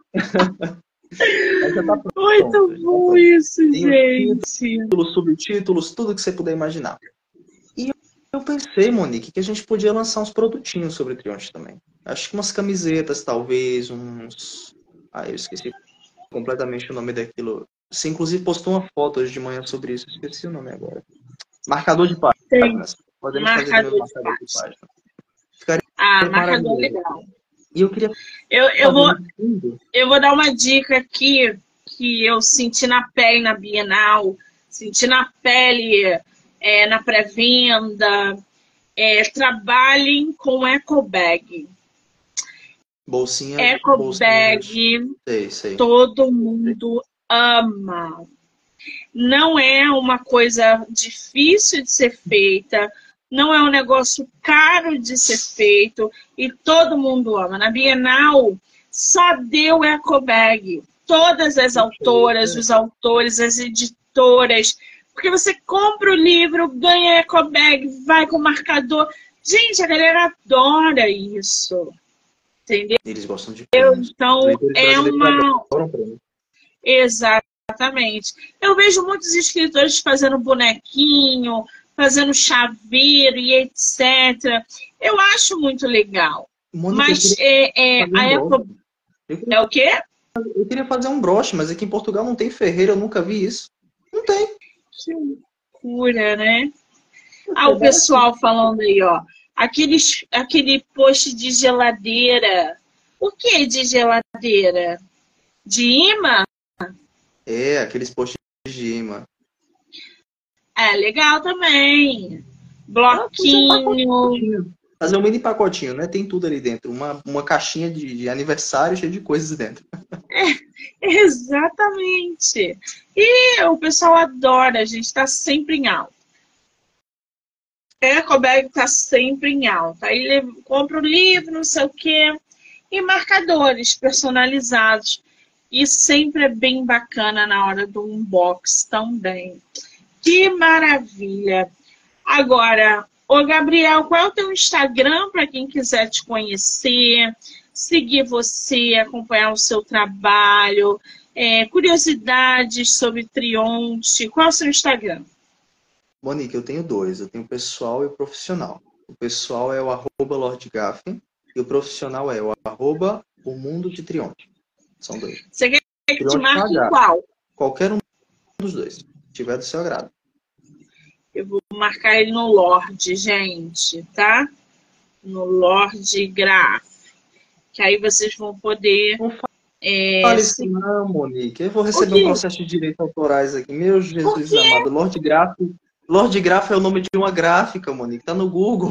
Mas já tá pronto,
Muito bom isso, gente.
Títulos, subtítulos, tudo que você puder imaginar. E eu pensei, Monique, que a gente podia lançar uns produtinhos sobre Trionte também. Acho que umas camisetas, talvez, uns... eu esqueci completamente o nome daquilo. Você, inclusive, postou uma foto hoje de manhã sobre isso. Esqueci o nome agora. Marcador de páginas. Podemos fazer também um marcador de páginas.
Marcador legal.
E eu queria...
Eu vou dar uma dica aqui que eu senti na pele na Bienal, senti na pele na pré-venda. Trabalhem com eco bag.
Bolsinha.
Eco bag, todo mundo ama. Não é uma coisa difícil de ser feita, não é um negócio caro de ser feito e todo mundo ama. Na Bienal só deu eco bag. Todas as autoras, os autores, as editoras, porque você compra o livro, ganha eco bag, vai com marcador. Gente, a galera adora isso. Entendeu?
Eles gostam de
então, é uma... Exatamente. Eu vejo muitos escritores fazendo bonequinho, fazendo chaveiro e etc. Eu acho muito legal.
Mônica,
mas é o quê?
Eu queria fazer um broche, mas aqui em Portugal não tem ferreira, eu nunca vi isso. Não tem.
Que loucura, né? O pessoal falando aí, ó. Aquele post de geladeira. O que é de geladeira? De imã?
Aqueles posts de imã.
Legal também. Bloquinho.
Fazer um mini pacotinho, né? Tem tudo ali dentro. Uma caixinha de aniversário cheia de coisas dentro.
Exatamente. E o pessoal adora, a gente está sempre em alta. Eco bag está sempre em alta. Aí compra o livro, não sei o quê. E marcadores personalizados. E sempre é bem bacana na hora do unbox também. Que maravilha! Agora, Gabriel, qual é o teu Instagram para quem quiser te conhecer, seguir você, acompanhar o seu trabalho, curiosidades sobre Trionte? Qual é o seu Instagram?
Monique, eu tenho dois. Eu tenho o pessoal e o profissional. O pessoal é o @LordGaff e o profissional é o @O-Mundo de Trionte. São dois.
Você quer que te marque qual?
Qualquer um dos dois. Se tiver do seu agrado.
Eu vou marcar ele no Lorde, gente, tá? No Lorde Graf. Que aí vocês vão poder...
Não fale isso não, Monique. Eu vou receber um processo de direitos autorais aqui. Meu Jesus amado. Lorde Graf é o nome de uma gráfica, Monique. Tá no Google.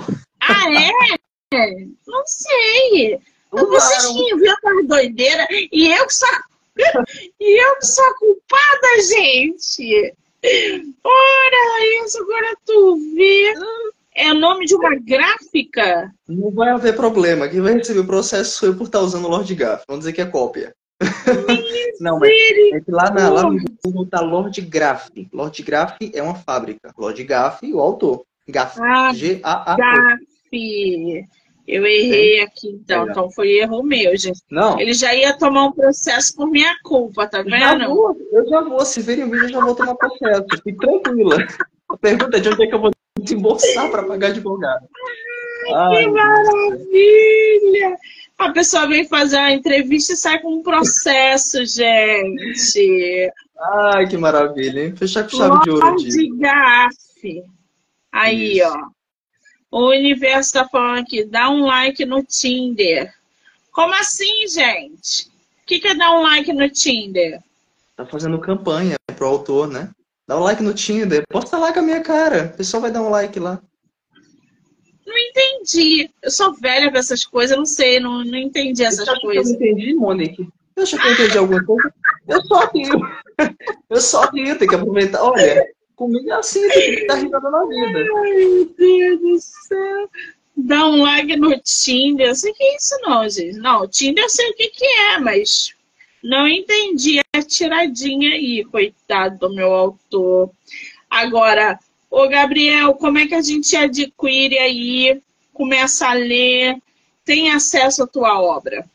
Não sei. Vocês tinham viu aquela doideira e eu que sou a culpada, gente. Ora, isso agora tu vê. É o nome de uma gráfica?
Não vai haver problema. Quem vai receber o processo sou eu por estar usando o Lord Gaff. Vamos dizer que é cópia. Não, mas é que lá no Google tá Lord Graf. Lord Graf é uma fábrica. Lord Gaff, o autor. Gaff. G-A-A-F.
Gaff. Eu errei aqui, então. Então foi erro meu, gente.
Não.
Ele já ia tomar um processo por minha culpa, tá vendo?
Eu já vou. Se verem o vídeo, eu já vou tomar processo. Fique tranquila. A pergunta é de onde é que eu vou desembolsar para pagar advogado.
Que maravilha! A pessoa vem fazer uma entrevista e sai com um processo, gente.
Ai, que maravilha, hein? Fechar com chave de ouro.
Lorde Gaff. Aí, ó. O universo tá falando aqui, dá um like no Tinder. Como assim, gente? O que é dar um like no Tinder?
Tá fazendo campanha pro autor, né? Dá um like no Tinder, posta lá com a minha cara. O pessoal vai dar um like lá.
Não entendi. Eu sou velha pra essas coisas, eu não sei, não entendi essas coisas.
Eu não entendi, Monique. Eu acho que eu entendi alguma coisa. Eu só rio, tem que aproveitar. Olha, comigo é assim, tem que estar risada na vida.
Ai, meu Deus do céu. Dá um like no Tinder. Eu sei que é isso não, gente. Não, o Tinder eu sei o que é, mas não entendi a tiradinha aí, coitado do meu autor. Agora, ô Gabriel, como é que a gente adquire aí, começa a ler, tem acesso à tua obra?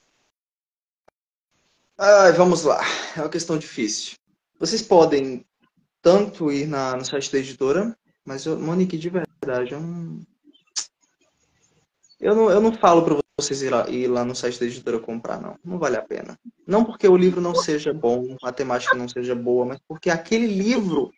Vamos lá. É uma questão difícil. Vocês podem tanto ir no site da editora, mas, Monique, de verdade, eu não falo para vocês ir lá no site da editora comprar, não. Não vale a pena. Não porque o livro não seja bom, a temática não seja boa, mas porque aquele livro,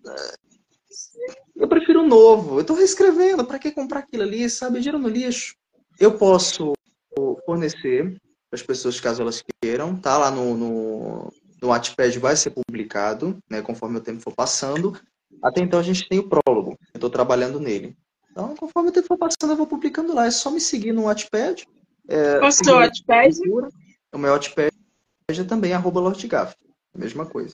eu prefiro o novo. Eu estou reescrevendo, para que comprar aquilo ali, sabe? Gera no lixo. Eu posso fornecer para as pessoas, caso elas queiram, tá lá no Wattpad, vai ser publicado, né, conforme o tempo for passando. Até então a gente tem o prólogo, eu estou trabalhando nele. Então, conforme o tempo for passando, eu vou publicando lá. É só me seguir no Wattpad.
Qual é o seu Wattpad?
O meu Wattpad é também @LordGaff. Mesma coisa.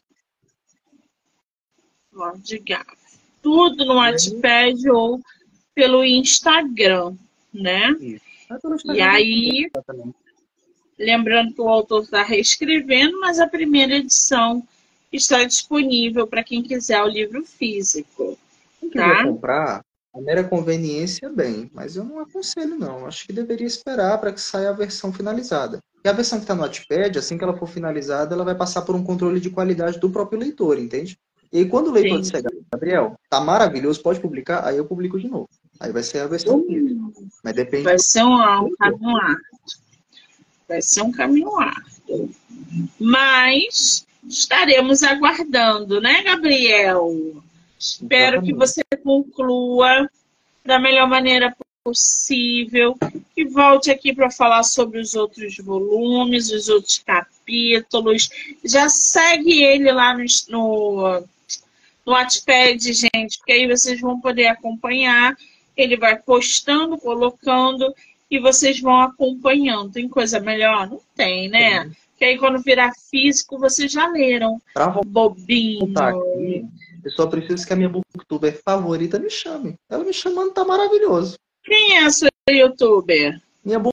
LordGaff. Tudo no Wattpad ou pelo Instagram, né?
Isso.
E aí, lembrando que o autor está reescrevendo, mas a primeira edição está disponível para quem quiser o livro físico.
Quem quiser comprar, a mera conveniência, bem, mas eu não aconselho, não. Acho que deveria esperar para que saia a versão finalizada. E a versão que está no Wattpad, assim que ela for finalizada, ela vai passar por um controle de qualidade do próprio leitor, entende? E aí, quando o leitor disser, Gabriel, tá maravilhoso, pode publicar, aí eu publico de novo. Aí vai ser a versão física. Mas depende.
Vai ser um caminho árduo. Vai ser um caminho árduo. Mas estaremos aguardando, né, Gabriel? Espero que você conclua da melhor maneira possível, que volte aqui para falar sobre os outros volumes, os outros capítulos. Já segue ele lá no Wattpad, gente, porque aí vocês vão poder acompanhar. Ele vai postando, colocando, e vocês vão acompanhando. Tem coisa melhor? Não tem, né? Porque aí quando virar físico, vocês já leram. Bobinho.
Aqui, eu só preciso que a minha booktuber favorita me chame. Ela me chamando tá maravilhoso.
Quem é a sua youtuber?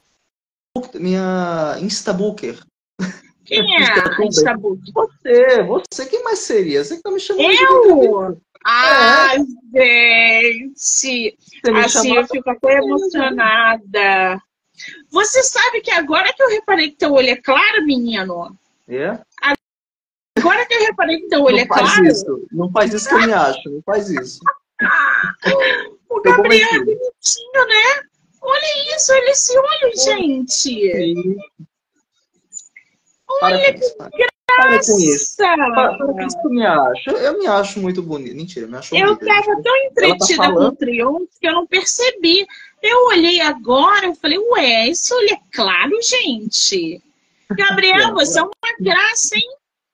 Minha Instabooker.
Quem é a Instabooker?
Você, quem mais seria? Você que tá me chamando.
Eu? Gente! Assim, eu fico até emocionada. Você sabe que agora que eu reparei que teu olho é claro, menino?
É?
Agora que eu reparei que teu olho é claro...
Não faz isso que eu me acho, não faz isso.
O Gabriel é bonitinho, né? Olha isso, olha esse olho, gente.
Sim.
Olha que
para com isso. Para com isso que eu me acho. Eu me acho muito bonito. Mentira, eu me acho bonito.
Eu tava tão entretida com o Triunfo que eu não percebi. Eu olhei agora, eu falei, ué, esse olho é claro, gente. Gabriel, você é uma graça, hein?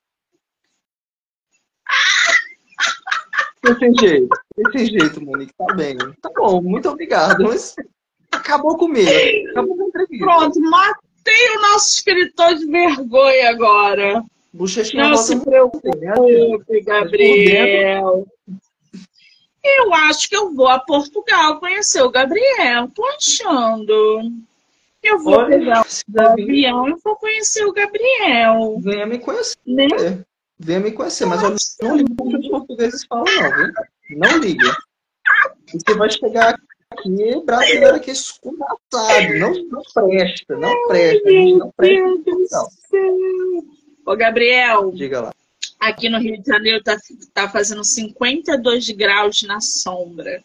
Desse jeito, Monique, tá bem. Tá bom, muito obrigado. Mas acabou comigo. Acabou com a entrevista.
Pronto, matei o nosso escritor de vergonha agora. Não se preocupe, Gabriel. Eu acho que eu vou a Portugal conhecer o Gabriel. Tô achando. Eu vou pegar o avião e vou conhecer o Gabriel.
Venha me conhecer.
Né?
Venha me conhecer, mas olha, não liga o que os portugueses falam, não, viu? Não liga. Você vai chegar aqui, brasileiro aqui esculaçado. Não presta, não presta. Não presta.
Ô, Gabriel.
Diga lá.
Aqui no Rio de Janeiro tá fazendo 52 graus na sombra.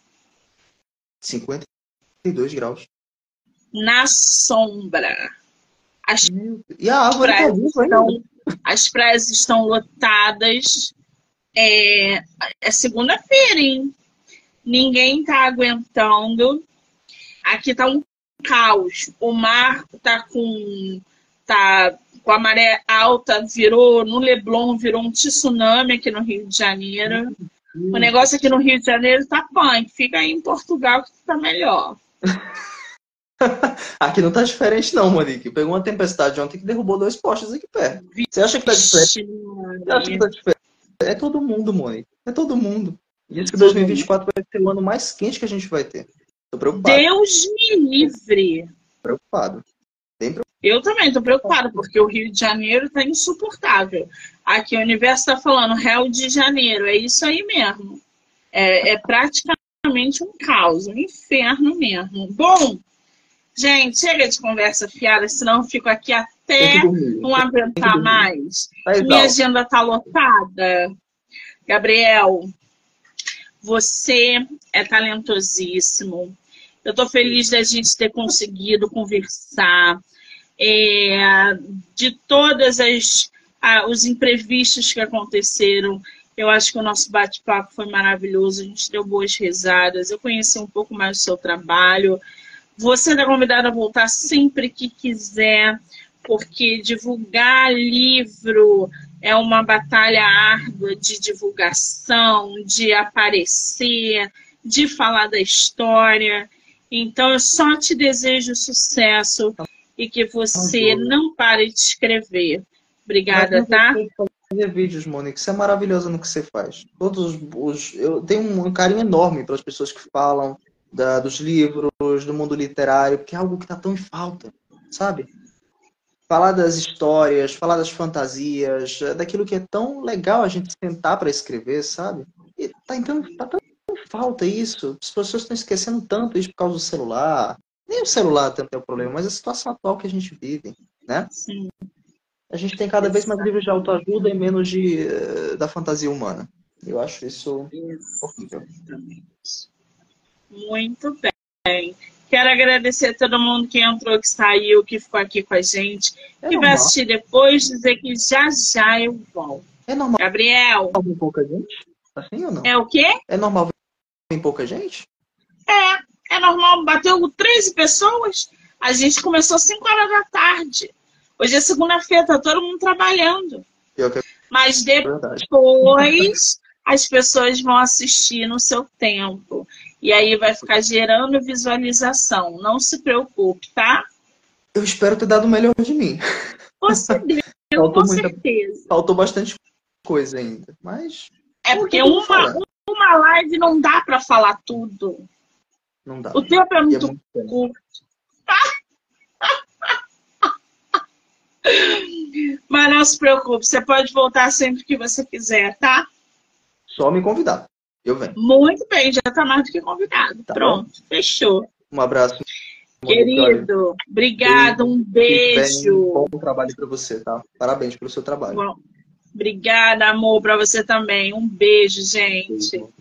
52 graus.
Na sombra.
E a árvore tá viva ainda.
As praias estão lotadas. É segunda-feira, hein? Ninguém tá aguentando. Aqui tá um caos. O mar tá com a maré alta, no Leblon, virou um tsunami aqui no Rio de Janeiro. O negócio aqui no Rio de Janeiro tá punk. Fica aí em Portugal que tá melhor.
Aqui não tá diferente não, Monique. Pegou uma tempestade ontem que derrubou 2 postes aqui perto. Você acha que tá diferente? Você acha que tá diferente? É todo mundo, Monique. É todo mundo. E esse 2024 vai ser o ano mais quente que a gente vai ter. Tô preocupado.
Deus me livre.
Preocupado. Bem preocupado.
Eu também tô preocupada, porque o Rio de Janeiro tá insuportável. Aqui o universo tá falando Rio de Janeiro. É isso aí mesmo. É praticamente um caos, um inferno mesmo. Bom, gente, chega de conversa fiada, senão eu fico aqui
Tem que
até
dormir.
não
Tem que
aguentar
dormir.
mais.
Tá
Minha
exausto.
agenda tá lotada. Gabriel, você é talentosíssimo. Eu estou feliz da gente ter conseguido conversar. De todas os imprevistos que aconteceram, eu acho que o nosso bate-papo foi maravilhoso, a gente deu boas risadas, eu conheci um pouco mais do seu trabalho. Você está convidado a voltar sempre que quiser, porque divulgar livro é uma batalha árdua de divulgação, de aparecer, de falar da história. Então, eu só te desejo sucesso e que você não pare de escrever. Obrigada, tá?
Fazer vídeos, Mônica. Isso é maravilhoso no que você faz. Eu tenho um carinho enorme pelas pessoas que falam dos livros, do mundo literário, porque é algo que está tão em falta, sabe? Falar das histórias, falar das fantasias, daquilo que é tão legal a gente sentar para escrever, sabe? E tá tão em falta isso. As pessoas estão esquecendo tanto isso por causa do celular. Nem o celular tanto é o problema, mas a situação atual que a gente vive, né?
Sim.
A gente tem cada vez mais livros de autoajuda e menos da fantasia humana. Eu acho isso horrível.
Muito bem. Quero agradecer a todo mundo que entrou, que saiu, que ficou aqui com a gente, que vai assistir depois, dizer que já já eu volto.
É normal
Gabriel.
vir pouca gente? Assim ou não?
É o quê?
É normal vir pouca gente?
É normal. Bateu 13 pessoas. A gente começou às 5 horas da tarde. Hoje é segunda-feira, tá todo mundo trabalhando. Mas depois as pessoas vão assistir no seu tempo. E aí vai ficar gerando visualização. Não se preocupe, tá?
Eu espero ter dado o melhor de mim.
Você deu, com certeza.
Faltou bastante coisa ainda, mas...
É porque uma live não dá para falar tudo.
Não dá.
O tempo é muito curto. Mas não se preocupe, você pode voltar sempre que você quiser, tá?
Só me convidar. Eu venho.
Muito bem, já tá mais do que convidado. Tá. Pronto, bom. Fechou.
Um abraço.
Querido, obrigado, um beijo.
Bom trabalho para você, tá? Parabéns pelo seu trabalho.
Bom, obrigada, amor, para você também. Um beijo, gente.